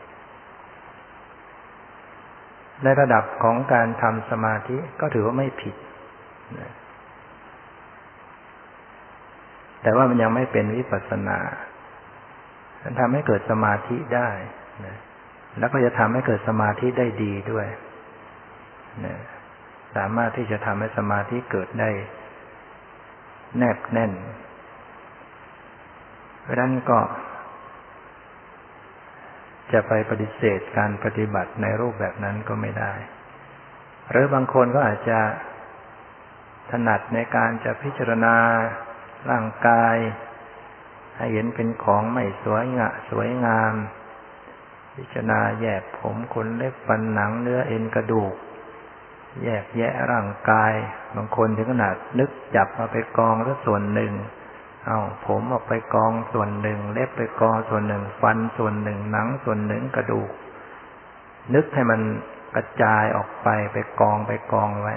ในระดับของการทำสมาธิก็ถือว่าไม่ผิดแต่ว่ามันยังไม่เป็นวิปัสสนามันทำให้เกิดสมาธิได้แล้วก็จะทำให้เกิดสมาธิได้ดีด้วยสามารถที่จะทำให้สมาธิเกิดได้แนบแน่นเพราะฉะนั้นก็จะไปปฏิเสธการปฏิบัติในรูปแบบนั้นก็ไม่ได้หรือบางคนก็อาจจะถนัดในการจะพิจารณาร่างกายให้เห็นเป็นของไม่สวยงามพิจารณาแยกผมขนเล็บฟันหนังเนื้อเอ็นกระดูกแยกแยะร่างกายบางคนถึงขนาดนึกจับมาไปกองแล้วส่วนหนึ่งเอาผมออกไปกองส่วนหนึ่งเล็บไปกองส่วนหนึ่งฟันส่วนหนึ่งหนังส่วนหนึ่งกระดูกนึกให้มันกระจายออกไปกองไว้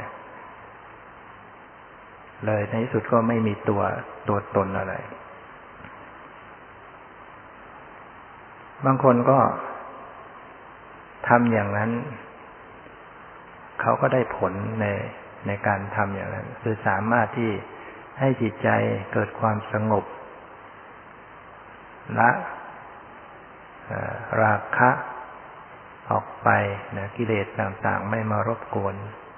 เลยในที่สุดก็ไม่มีตัวตนอะไรบางคนก็ทำอย่างนั้นเขาก็ได้ผลในการทำอย่างนั้นคือสามารถที่ให้จิตใจเกิดความสงบละราคะออกไปกิเลสต่างๆไม่มารบกวน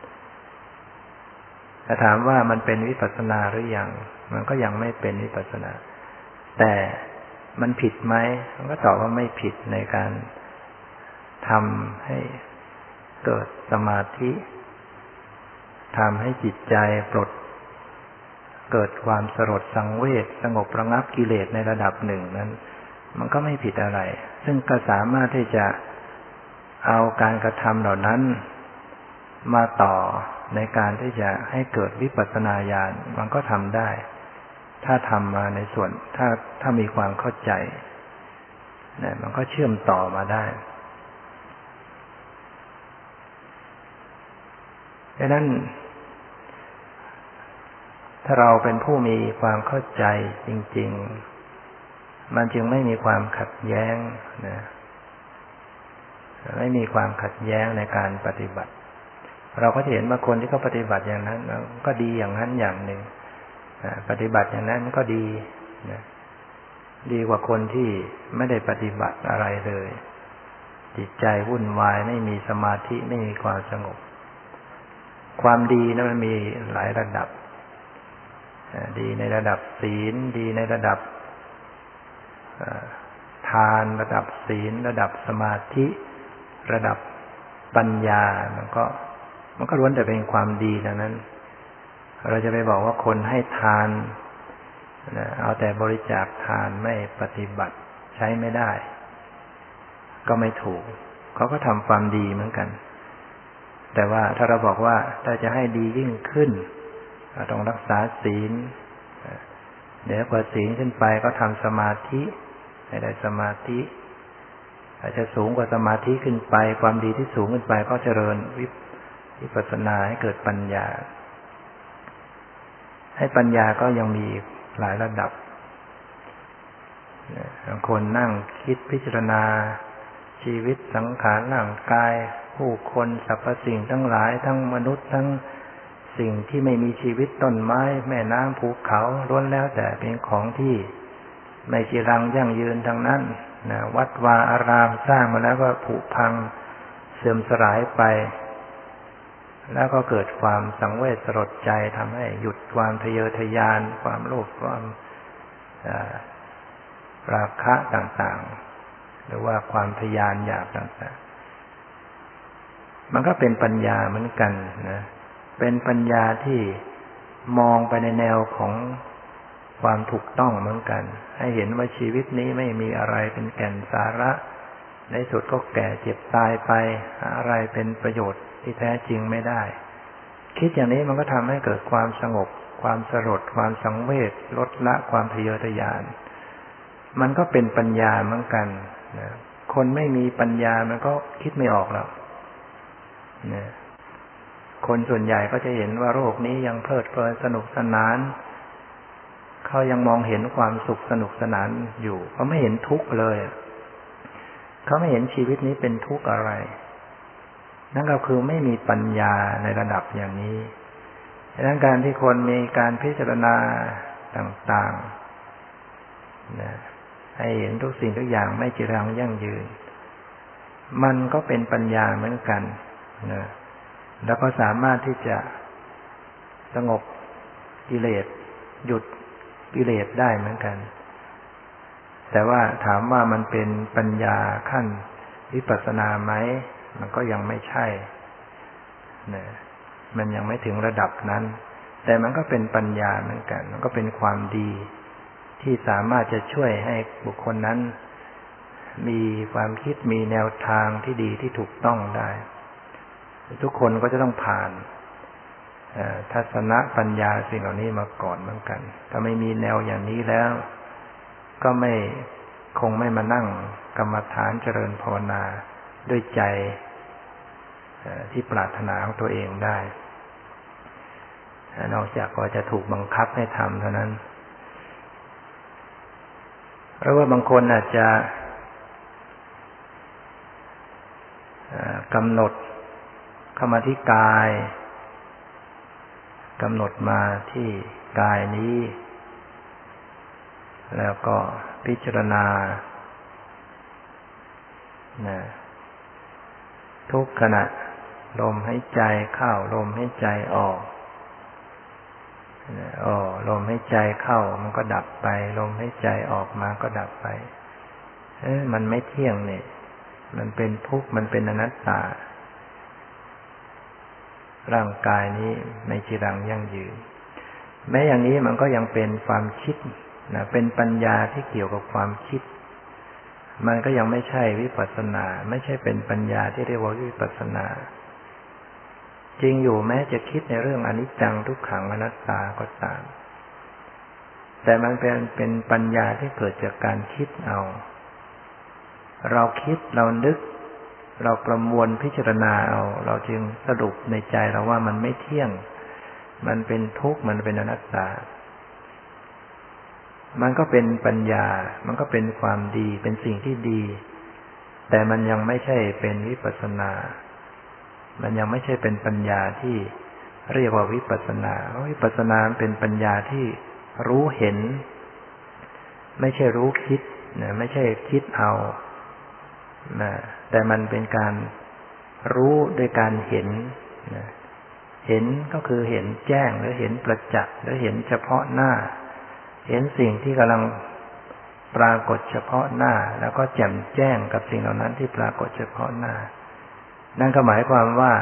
แต่ถามว่ามันเป็นวิปัสสนาหรือยังมันก็ยังไม่เป็นวิปัสสนาแต่มันผิดไหมมันก็ตอบว่าไม่ผิดในการทำให้เกิดสมาธิทำให้จิตใจปลดเกิดความสลดสังเวชสงบระงับกิเลสในระดับหนึ่งนั้นมันก็ไม่ผิดอะไรซึ่งก็สามารถที่จะเอาการกระทำเหล่านั้นมาต่อในการที่จะให้เกิดวิปัสสนาญาณมันก็ทำได้ถ้าทำมาในส่วนถ้ามีความเข้าใจมันก็เชื่อมต่อมาได้ดังนั้นถ้าเราเป็นผู้มีความเข้าใจจริงๆมันจึงไม่มีความขัดแย้งไม่มีความขัดแย้งในการปฏิบัติเราก็เห็นบางคนที่เขาปฏิบัติอย่างนั้นก็ดีอย่างนั้นอย่างหนึ่งปฏิบัติอย่างนั้นก็ดีดีกว่าคนที่ไม่ได้ปฏิบัติอะไรเลยจิตใจวุ่นวายไม่มีสมาธิไม่มีความสงบความดีนั้นมันมีหลายระดับดีในระดับศีลดีในระดับทานระดับศีลระดับสมาธิระดับปัญญามันก็ล้วนแต่เป็นความดีดังนั้นเราจะไปบอกว่าคนให้ทานเอาแต่บริจาคทานไม่ปฏิบัติใช้ไม่ได้ก็ไม่ถูกเขาก็ทำความดีเหมือนกันแต่ว่าถ้าเราบอกว่าถ้าจะให้ดียิ่งขึ้นต้องรักษาศีลเหนือกว่าศีลขึ้นไปก็ทำสมาธิให้ได้สมาธิอาจจะสูงกว่าสมาธิขึ้นไปความดีที่สูงขึ้นไปก็เจริญวิปัสสนาให้เกิดปัญญาให้ปัญญาก็ยังมีหลายระดับบางคนนั่งคิดพิจารณาชีวิตสังขารร่างกายผู้คนสรรพสิ่งทั้งหลายทั้งมนุษย์ทั้งสิ่งที่ไม่มีชีวิตต้นไม้แม่น้ำภูเขาล้วนแล้วแต่เป็นของที่ไม่จีรังยั่งยืนทั้งนั้นนะวัดวาอารามสร้างมาแล้วก็ผุพังเสื่อมสลายไปแล้วก็เกิดความสังเวชสลดใจทำให้หยุดความทะเยอทะยานความโลภความราคะต่างๆหรือว่าความทะยานอยากต่างๆมันก็เป็นปัญญาเหมือนกันนะเป็นปัญญาที่มองไปในแนวของความถูกต้องเหมือนกันให้เห็นว่าชีวิตนี้ไม่มีอะไรเป็นแก่นสาระในสุดก็แก่เจ็บตายไปหาอะไรเป็นประโยชน์ที่แท้จริงไม่ได้คิดอย่างนี้มันก็ทำให้เกิดความสงบความสลดความสังเวชลดละความทะเยอทะยานมันก็เป็นปัญญาเหมือนกันนะคนไม่มีปัญญามันก็คิดไม่ออกหรอกนะคนส่วนใหญ่ก็จะเห็นว่าโลกนี้ยังเพลิดเพลินสนุกสนานเขายังมองเห็นความสุขสนุกสนานอยู่เขาไม่เห็นทุกข์เลยเขาไม่เห็นชีวิตนี้เป็นทุกข์อะไรนั่นก็คือไม่มีปัญญาในระดับอย่างนี้ดังนั้นการที่คนมีการพิจารณาต่างๆนะให้เห็นทุกสิ่งทุกอย่างไม่จีรังยั่งยืนมันก็เป็นปัญญาเหมือนกันนะแล้วก็สามารถที่จะสงบกิเลสหยุดกิเลสได้เหมือนกันแต่ว่าถามว่ามันเป็นปัญญาขั้นวิปัสสนาไหมมันก็ยังไม่ใช่นะมันยังไม่ถึงระดับนั้นแต่มันก็เป็นปัญญาเหมือนกันมันก็เป็นความดีที่สามารถจะช่วยให้บุคคลนั้นมีความคิดมีแนวทางที่ดีที่ถูกต้องได้ทุกคนก็จะต้องผ่านทัศนะปัญญาสิ่งเหล่านี้มาก่อนเหมือนกันถ้าไม่มีแนวอย่างนี้แล้วก็คงไม่มานั่งกรรมฐานเจริญภาวนาด้วยใจที่ปรารถนาของตัวเองได้นอกจากก็จะถูกบังคับให้ทำเท่านั้นเพราะว่าบางคนอาจจะกำหนดเข้ามาที่กายกำหนดมาที่กายนี้แล้วก็พิจารณาทุกขณะลมหายใจเข้าลมหายใจออกลมหายใจเข้ามันก็ดับไปลมหายใจออกมาก็ดับไปมันไม่เที่ยงเนี่ยมันเป็นทุกข์มันเป็นอนัตตาร่างกายนี้ไม่จีรังยั่งยืนแม้อย่างนี้มันก็ยังเป็นความคิดนะเป็นปัญญาที่เกี่ยวกับความคิดมันก็ยังไม่ใช่วิปัสสนาไม่ใช่เป็นปัญญาที่เรียกว่าวิปัสสนาจริงอยู่แม้จะคิดในเรื่องอนิจจังทุกขังอนัตตาก็ตามแต่มันเป็นปัญญาที่เกิดจากการคิดเอาเราคิดเรานึกเราประมวลพิจารณาเอาเราจึงสรุปในใจเราว่ามันไม่เที่ยงมันเป็นทุกข์มันเป็นอนัตตามันก็เป็นปัญญามันก็เป็นความดีเป็นสิ่งที่ดีแต่มันยังไม่ใช่เป็นวิปัสสนามันยังไม่ใช่เป็นปัญญาที่เรียกว่าวิปัสสนาเพราะวิปัสสนาเป็นปัญญาที่รู้เห็นไม่ใช่รู้คิดนะไม่ใช่คิดเอานะแต่มันเป็นการรู้โดยการเห็นนะเห็นก็คือเห็นแจ้งหรือเห็นประจักษ์หรือเห็นเฉพาะหน้าเห็นสิ่งที่กำลังปรากฏเฉพาะหน้าแล้วก็แจ่มแจ้งกับสิ่งเหล่านั้นที่ปรากฏเฉพาะหน้านั่นก็หมายความว่า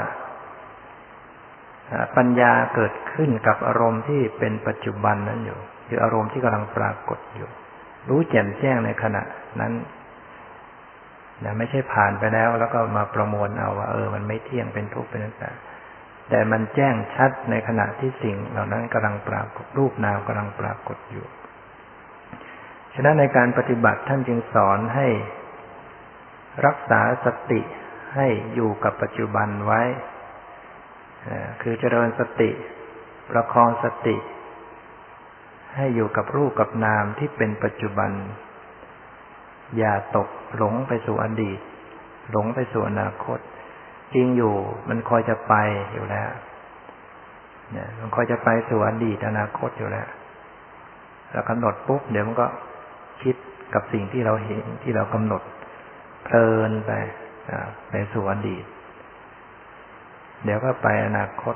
ปัญญาเกิดขึ้นกับอารมณ์ที่เป็นปัจจุบันนั้นอยู่คืออารมณ์ที่กำลังปรากฏอยู่รู้แจ่มแจ้งในขณะนั้นนะไม่ใช่ผ่านไปแล้วก็มาประมวลเอาว่ามันไม่เที่ยงเป็นทุกข์เป็นอนัตตาแต่มันแจ้งชัดในขณะที่สิ่งเหล่านั้นกำลังปรากฏรูปนามกำลังปรากฏอยู่ฉะนั้นในการปฏิบัติท่านจึงสอนให้รักษาสติให้อยู่กับปัจจุบันไว้คือเจริญสติประคองสติให้อยู่กับรูปกับนามที่เป็นปัจจุบันอย่าตกหลงไปสู่อดีตหลงไปสู่อนาคตจริงอยู่มันคอยจะไปอยู่แล้วเนี่ยมันคอยจะไปสู่อดีตอนาคตอยู่แล้วเรากำหนดปุ๊บเดี๋ยวมันก็คิดกับสิ่งที่เราเห็นที่เรากำหนดเพลินไปสู่อดีตเดี๋ยวก็ไปอนาคต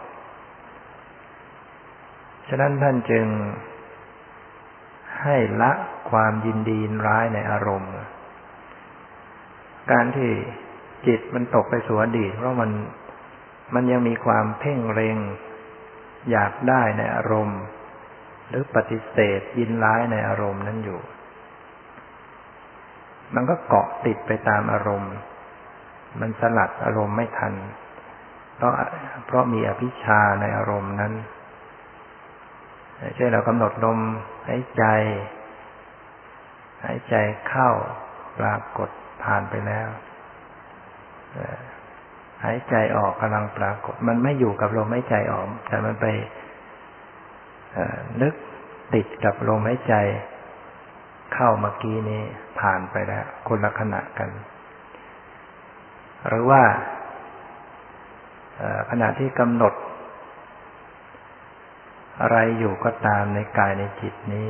ฉะนั้นท่านจึงให้ละความยินดียินร้ายในอารมณ์การที่จิตมันตกไปสู่อดีตเพราะมันยังมีความเพ่งเร็งอยากได้ในอารมณ์หรือปฏิเสธยินร้ายในอารมณ์นั้นอยู่มันก็เกาะติดไปตามอารมณ์มันสลัดอารมณ์ไม่ทันเพราะมีอภิชฌาในอารมณ์นั้นเช่นเรากำหนดลมหายใจเข้าปรากฏผ่านไปแล้วหายใจออกกำลังปรากฏมันไม่อยู่กับลมหายใจออกแต่มันไปนึกติดกับลมหายใจเข้าเมื่อกี้นี้ผ่านไปแล้วคนละขณะกันหรือว่าขณะที่กำหนดอะไรอยู่ก็ตามในกายในจิตนี้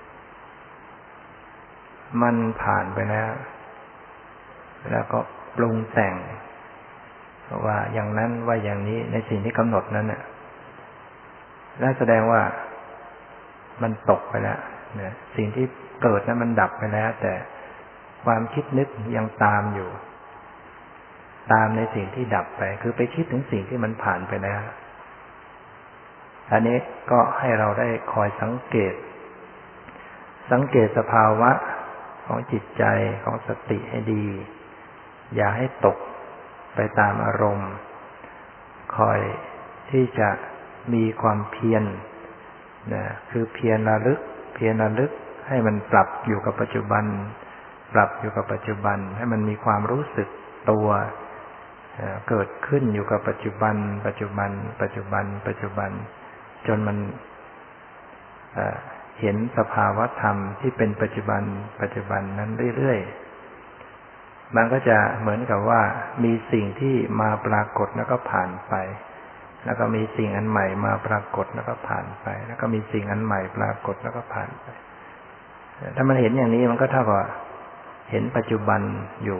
มันผ่านไปแล้วก็ปรุงแต่งว่าอย่างนั้นว่าอย่างนี้ในสิ่งที่กำหนดนั้นน่ะนั่นแสดงว่ามันตกไปแล้วนะสิ่งที่เกิดนั้นมันดับไปแล้วแต่ความคิดนึกยังตามอยู่ตามในสิ่งที่ดับไปคือไปคิดถึงสิ่งที่มันผ่านไปแล้วอันนี้ก็ให้เราได้คอยสังเกตสภาวะของจิตใจของสติให้ดีอย่าให้ตกไปตามอารมณ์คอยที่จะมีความเพียรนะคือเพียรระลึกให้มันปรับอยู่กับปัจจุบันให้มันมีความรู้สึกตัวเกิดขึ้นอยู่กับปัจจุบันจนมันเห็นสภาวะธรรมที่เป็นปัจจุบันนั้นเรื่อยๆมันก็จะเหมือนกับว่ามีสิ่งที่มาปรากฏแล้วก็ผ่านไปแล้วก็มีสิ่งอันใหม่มาปรากฏแล้วก็ผ่านไปแล้วก็มีสิ่งอันใหม่ปรากฏแล้วก็ผ่านไปถ้ามันเห็นอย่างนี้มันก็เท่ากับเห็นปัจจุบันอยู่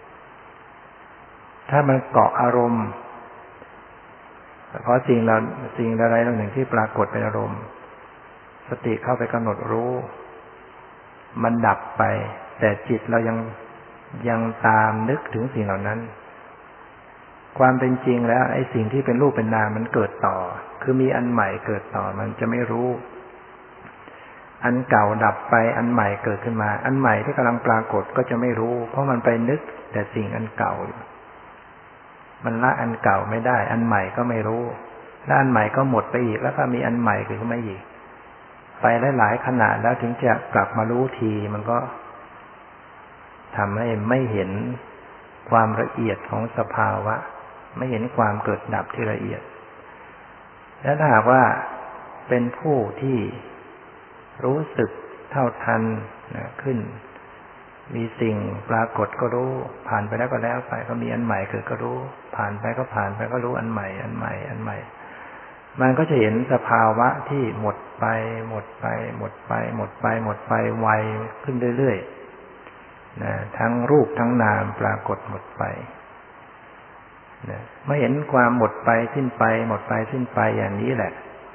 ถ้ามันเกาะอารมณ์เพราะสิ่งอะไรหนึ่งที่ปรากฏเป็นอารมณ์สติเข้าไปกำหนดรู้มันดับไปแต่จิตเรายังตามนึกถึงสิ่งเหล่านั้นความเป็นจริงแล้วไอ้สิ่งที่เป็นรูปเป็นนามมันเกิดต่อคือมีอันใหม่เกิดต่อมันจะไม่รู้อันเก่าดับไปอันใหม่เกิดขึ้นมาอันใหม่ที่กำลังปรากฏก็จะไม่รู้เพราะมันไปนึกแต่สิ่งอันเก่ามันละอันเก่าไม่ได้อันใหม่ก็ไม่รู้แล้วอันใหม่ก็หมดไปอีกแล้วก็มีอันใหม่เกิดขึ้นมาอีกไปหลายขณะแล้วถึงจะกลับมารู้ทีมันก็ทำให้ไม่เห็นความละเอียดของสภาวะไม่เห็นความเกิดดับที่ละเอียดและถ้าหากว่าเป็นผู้ที่รู้สึกเท่าทันขึ้นมีสิ่งปรากฏก็รู้ผ่านไปแล้วก็แล้วไปก็มีอันใหม่เกิดก็รู้ผ่านไปก็รู้อันใหม่มันก็จะเห็นสภาวะที่หมดไปไวขึ้นเรื่อยๆนะทั้งรูปทั้งนามปรากฏหมดไปนะเมื่อเห็นความหมดไปสิ้นไปอย่างนี้แหละ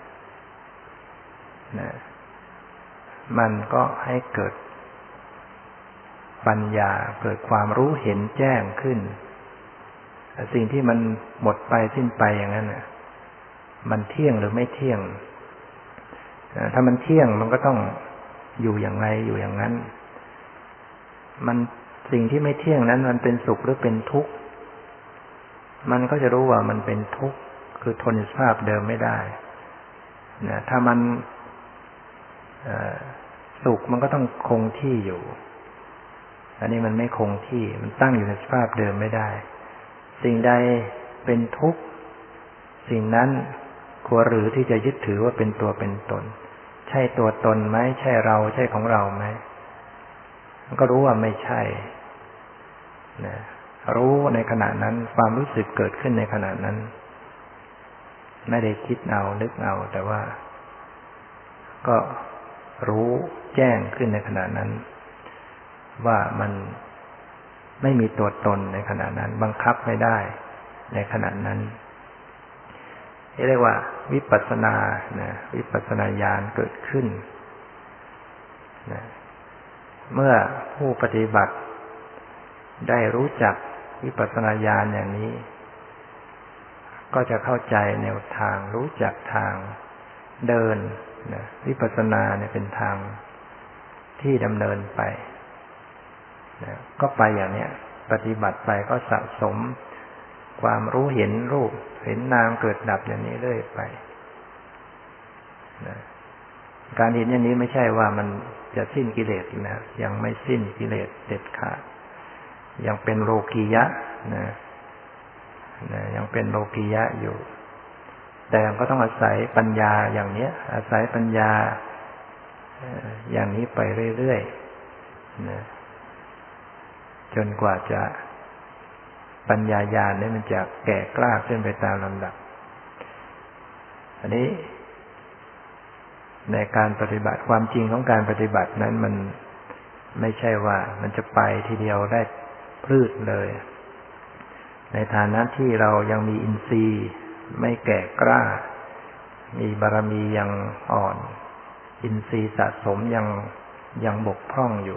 นะมันก็ให้เกิดปัญญาเกิดความรู้เห็นแจ้งขึ้นสิ่งที่มันหมดไปสิ้นไปอย่างนั้นน่ะมันเที่ยงหรือไม่เที่ยงถ้ามันเที่ยงมันก็ต้องอยู่อย่างไรอยู่อย่างนั้นมันสิ่งที่ไม่เที่ยงนั้นมันเป็นสุขหรือเป็นทุกข์มันก็จะรู้ว่ามันเป็นทุกข์คือทนสภาพเดิมไม่ได้นะถ้ามันสุขมันก็ต้องคงที่อยู่อันนี้มันไม่คงที่มันตั้งอยู่ในสภาพเดิมไม่ได้สิ่งใดเป็นทุกข์สิ่งนั้นควรหรือที่จะยึดถือว่าเป็นตัวเป็นตนใช่ตัวตนไหมใช่เราใช่ของเราไหมมันก็รู้ว่าไม่ใช่นะรู้ในขณะนั้นความรู้สึกเกิดขึ้นในขณะนั้นไม่ได้คิดเอานึกเอาแต่ว่าก็รู้แจ้งขึ้นในขณะนั้นว่ามันไม่มีตัวตนในขณะนั้นบังคับไม่ได้ในขณะนั้นเรียกว่าวิปัสสนาวิปัสสนาญาณเกิดขึ้นเมื่อผู้ปฏิบัติได้รู้จักวิปัสสนาญาณอย่างนี้ก็จะเข้าใจแนวทางรู้จักทางเดินวิปัสสนาเนี่ยเป็นทางที่ดำเนินไปก็ไปอย่างนี้ปฏิบัติไปก็สะสมความรู้เห็นรูปเห็นนามเกิดดับอย่างนี้เรื่อยไปการเห็นอย่างนี้ไม่ใช่ว่ามันจะสิ้นกิเลสนะยังไม่สิ้นกิเลสเด็ดขาดยังเป็นโลกียะยังเป็นโลกียะอยู่แต่ก็ต้องอาศัยปัญญาอย่างนี้อาศัยปัญญาอย่างนี้ไปเรื่อยๆจนกว่าจะปัญญาญาณนี้มันจะแก่กล้าขึ้นไปตามลำดับอันนี้ในการปฏิบัติความจริงของการปฏิบัตินั้นมันไม่ใช่ว่ามันจะไปทีเดียวได้พลืดเลยในฐานะที่เรายังมีอินทรีย์ไม่แก่กล้ามีบารมียังอ่อนอินทรีย์สะสมยังบกพร่องอยู่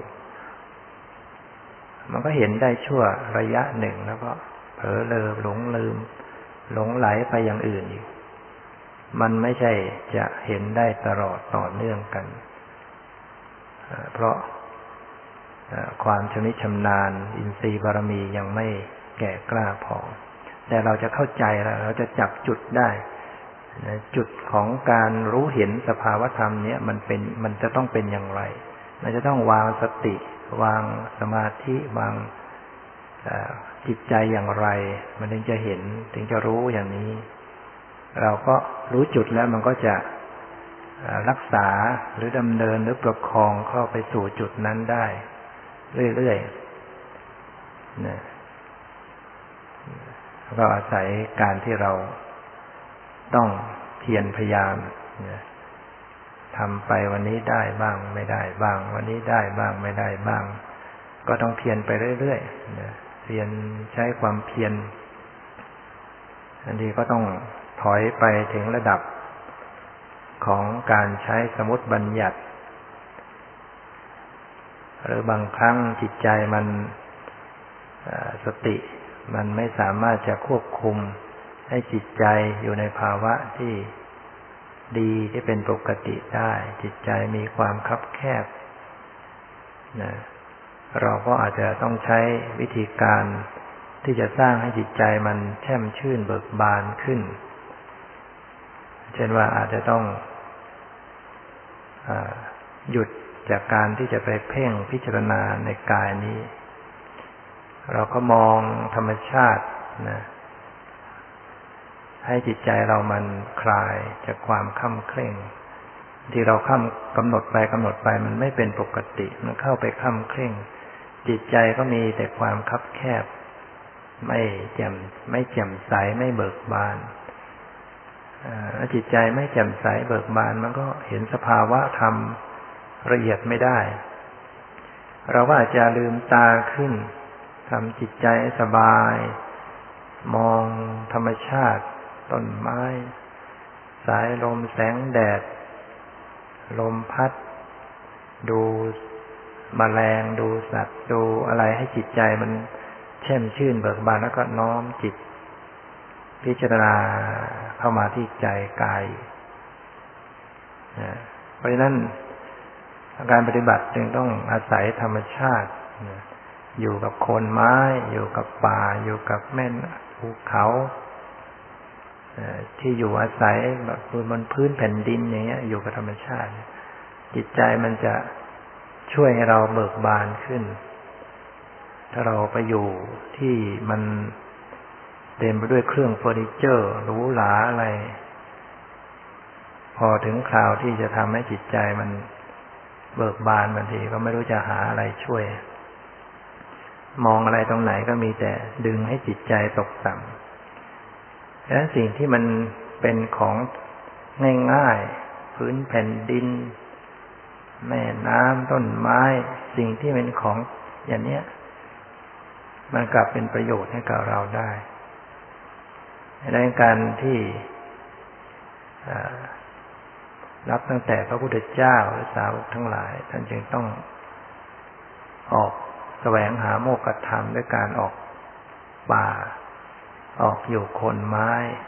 มันก็เห็นได้ชั่วระยะหนึ่งแล้วก็เผลอเลอหลงลืมหลงไหลไปอย่างอื่นอีกมันไม่ใช่จะเห็นได้ตลอดต่อเนื่องกันเพราะความชำนิชำนาญอินทรีย์บารมียังไม่แก่กล้าพอแต่เราจะเข้าใจแล้วเราจะจับจุดได้จุดของการรู้เห็นสภาวธรรมนี้มันจะต้องเป็นอย่างไรมันจะต้องวางสติวางสมาธิวางจิตใจอย่างไรมันถึงจะเห็นถึงจะรู้อย่างนี้เราก็รู้จุดแล้วมันก็จะรักษาหรือดำเนินหรือประคองเข้าไปสู่จุดนั้นได้เรื่อยๆนะก็อาศัยการที่เราต้องเพียรพยายามทำไปวันนี้ได้บ้างไม่ได้บ้างวันนี้ได้บ้างไม่ได้บ้างก็ต้องเพียรไปเรื่อยๆเพียรใช้ความเพียรอันนี้ก็ต้องถอยไปถึงระดับของการใช้สมมติบัญญัติหรือบางครั้งจิตใจมันสติมันไม่สามารถจะควบคุมให้จิตใจอยู่ในภาวะที่ดีที่เป็นปกติได้จิตใจมีความคับแคบเราก็อาจจะต้องใช้วิธีการที่จะสร้างให้จิตใจมันแช่มชื่นเบิกบานขึ้นเช่นว่าอาจจะต้องหยุดจากการที่จะไปเพ่งพิจารณาในกายนี้เราก็มองธรรมชาติให้จิตใจเรามันคลายจากความค่ำเคร่งที่เรากำหนดไปมันไม่เป็นปกติมันเข้าไปค่ำเคร่งจิตใจก็มีแต่ความคับแคบไม่แจ่มใสไม่เบิกบานจิตใจไม่แจ่มใสเบิกบานมันก็เห็นสภาวะธรรมละเอียดไม่ได้เราก็อาจจะลืมตาขึ้นทำจิตใจสบายมองธรรมชาติต้นไม้สายลมแสงแดดลมพัดดูแมลงดูสัตว์ดูอะไรให้จิตใจมันแช่มชื่นเบิกบานแล้วก็น้อมจิตพิจารณาเข้ามาที่ใจกายเพราะฉะนั้นการปฏิบัติจึงต้องอาศัยธรรมชาติอยู่กับโคนไม้อยู่กับป่าอยู่กับแม่น้ำภูเขาที่อยู่อาศัยแบบบนพื้นแผ่นดินอย่างเงี้ยอยู่กับธรรมชาติจิตใจมันจะช่วยให้เราเบิกบานขึ้นถ้าเราไปอยู่ที่มันเต็มไปด้วยเครื่องเฟอร์นิเจอร์หรูหราอะไรพอถึงคราวที่จะทำให้จิตใจมันเบิกบานบางทีก็ไม่รู้จะหาอะไรช่วยมองอะไรตรงไหนก็มีแต่ดึงให้จิตใจตกต่ำดังนั้นสิ่งที่มันเป็นของง่ายๆพื้นแผ่นดินแม่น้ำต้นไม้สิ่งที่เป็นของอย่างเนี้ยมันกลับเป็นประโยชน์ให้กับเราได้ในการที่รับตั้งแต่พระพุทธเจ้าและสาวกทั้งหลายท่านจึงต้องออกแสวงหาโมกขธรรมด้วยการออกป่าออกอยู่โคนไม้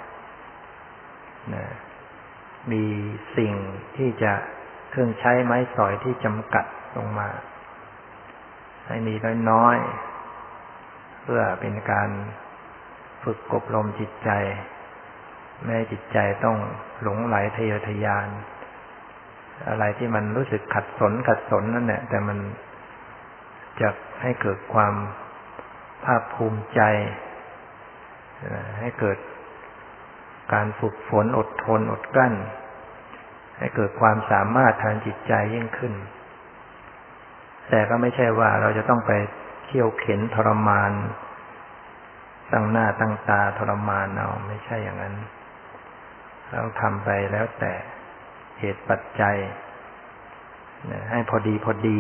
นะมีสิ่งที่จะเครื่องใช้ไม้สอยที่จำกัดลงมาให้มีน้อยๆเพื่อเป็นการฝึกอบรมจิตใจไม่ให้จิตใจต้องหลงไหลทะเยอทะยานอะไรที่มันรู้สึกขัดสนนั่นแหละแต่มันจะให้เกิดความภาคภูมิใจให้เกิดการฝึกฝนอดทนอดกลั้นให้เกิดความสามารถทางจิตใจยิ่งขึ้นแต่ก็ไม่ใช่ว่าเราจะต้องไปเขี่ยวเข็นทรมานตั้งหน้าตั้งตาทรมานเอาไม่ใช่อย่างนั้นเราทำไปแล้วแต่เหตุปัจจัยให้พอดี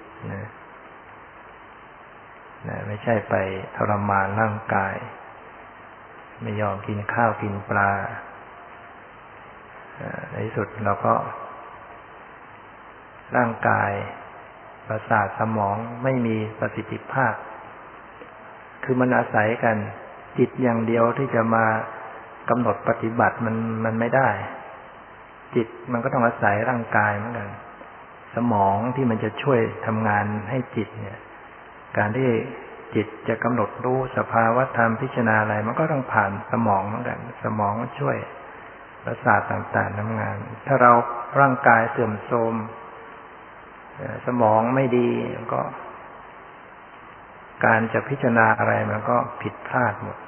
ไม่ใช่ไปทรมานร่างกายไม่ยอมกินข้าวกินปลาในที่สุดเราก็ร่างกายประสาทสมองไม่มีประสิทธิภาพคือมันอาศัยกันจิตอย่างเดียวที่จะมากำหนดปฏิบัติมันไม่ได้จิตมันก็ต้องอาศัยร่างกายเหมือนกันสมองที่มันจะช่วยทำงานให้จิตเนี่ยการที่จิตจะกำหนดรู้สภาวะธรรมพิจารณาอะไรมันก็ต้องผ่านสมองเหมือนกันสมองช่วยประสาทต่างๆทำงานถ้าเราร่างกายเสื่อมโทรมสมองไม่ดีก็การจะพิจารณาอะไรมันก็ผิดพลาดหมด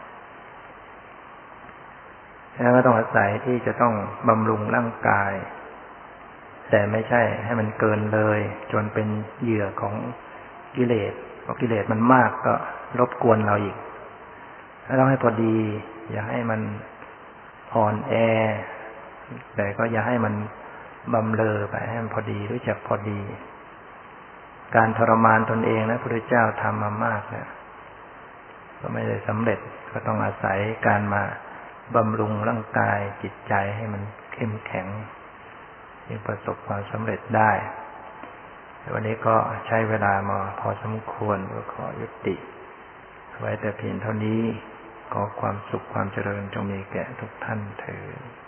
แล้วก็ต้องอาศัยที่จะต้องบำรุงร่างกายแต่ไม่ใช่ให้มันเกินเลยจนเป็นเหยื่อของกิเลสเพราะกิเลสมันมากก็รบกวนเราอีกต้องให้พอดีอย่าให้มันอ่อนแอแต่ก็อย่าให้มันบำเรอไปให้มันพอดีรู้จักพอดีการทรมานตนเองนะพระพุทธเจ้าทำมามากเนี่ยก็ไม่ได้สำเร็จก็ต้องอาศัยการมาบำรุงร่างกายจิตใจให้มันเข้มแข็งจึงประสบความสำเร็จได้วันนี้ก็ใช้เวลามาพอสมควรก็ขอยุติไว้แต่เพียงเท่านี้ขอความสุขความเจริญจงมีแก่ทุกท่านเถิด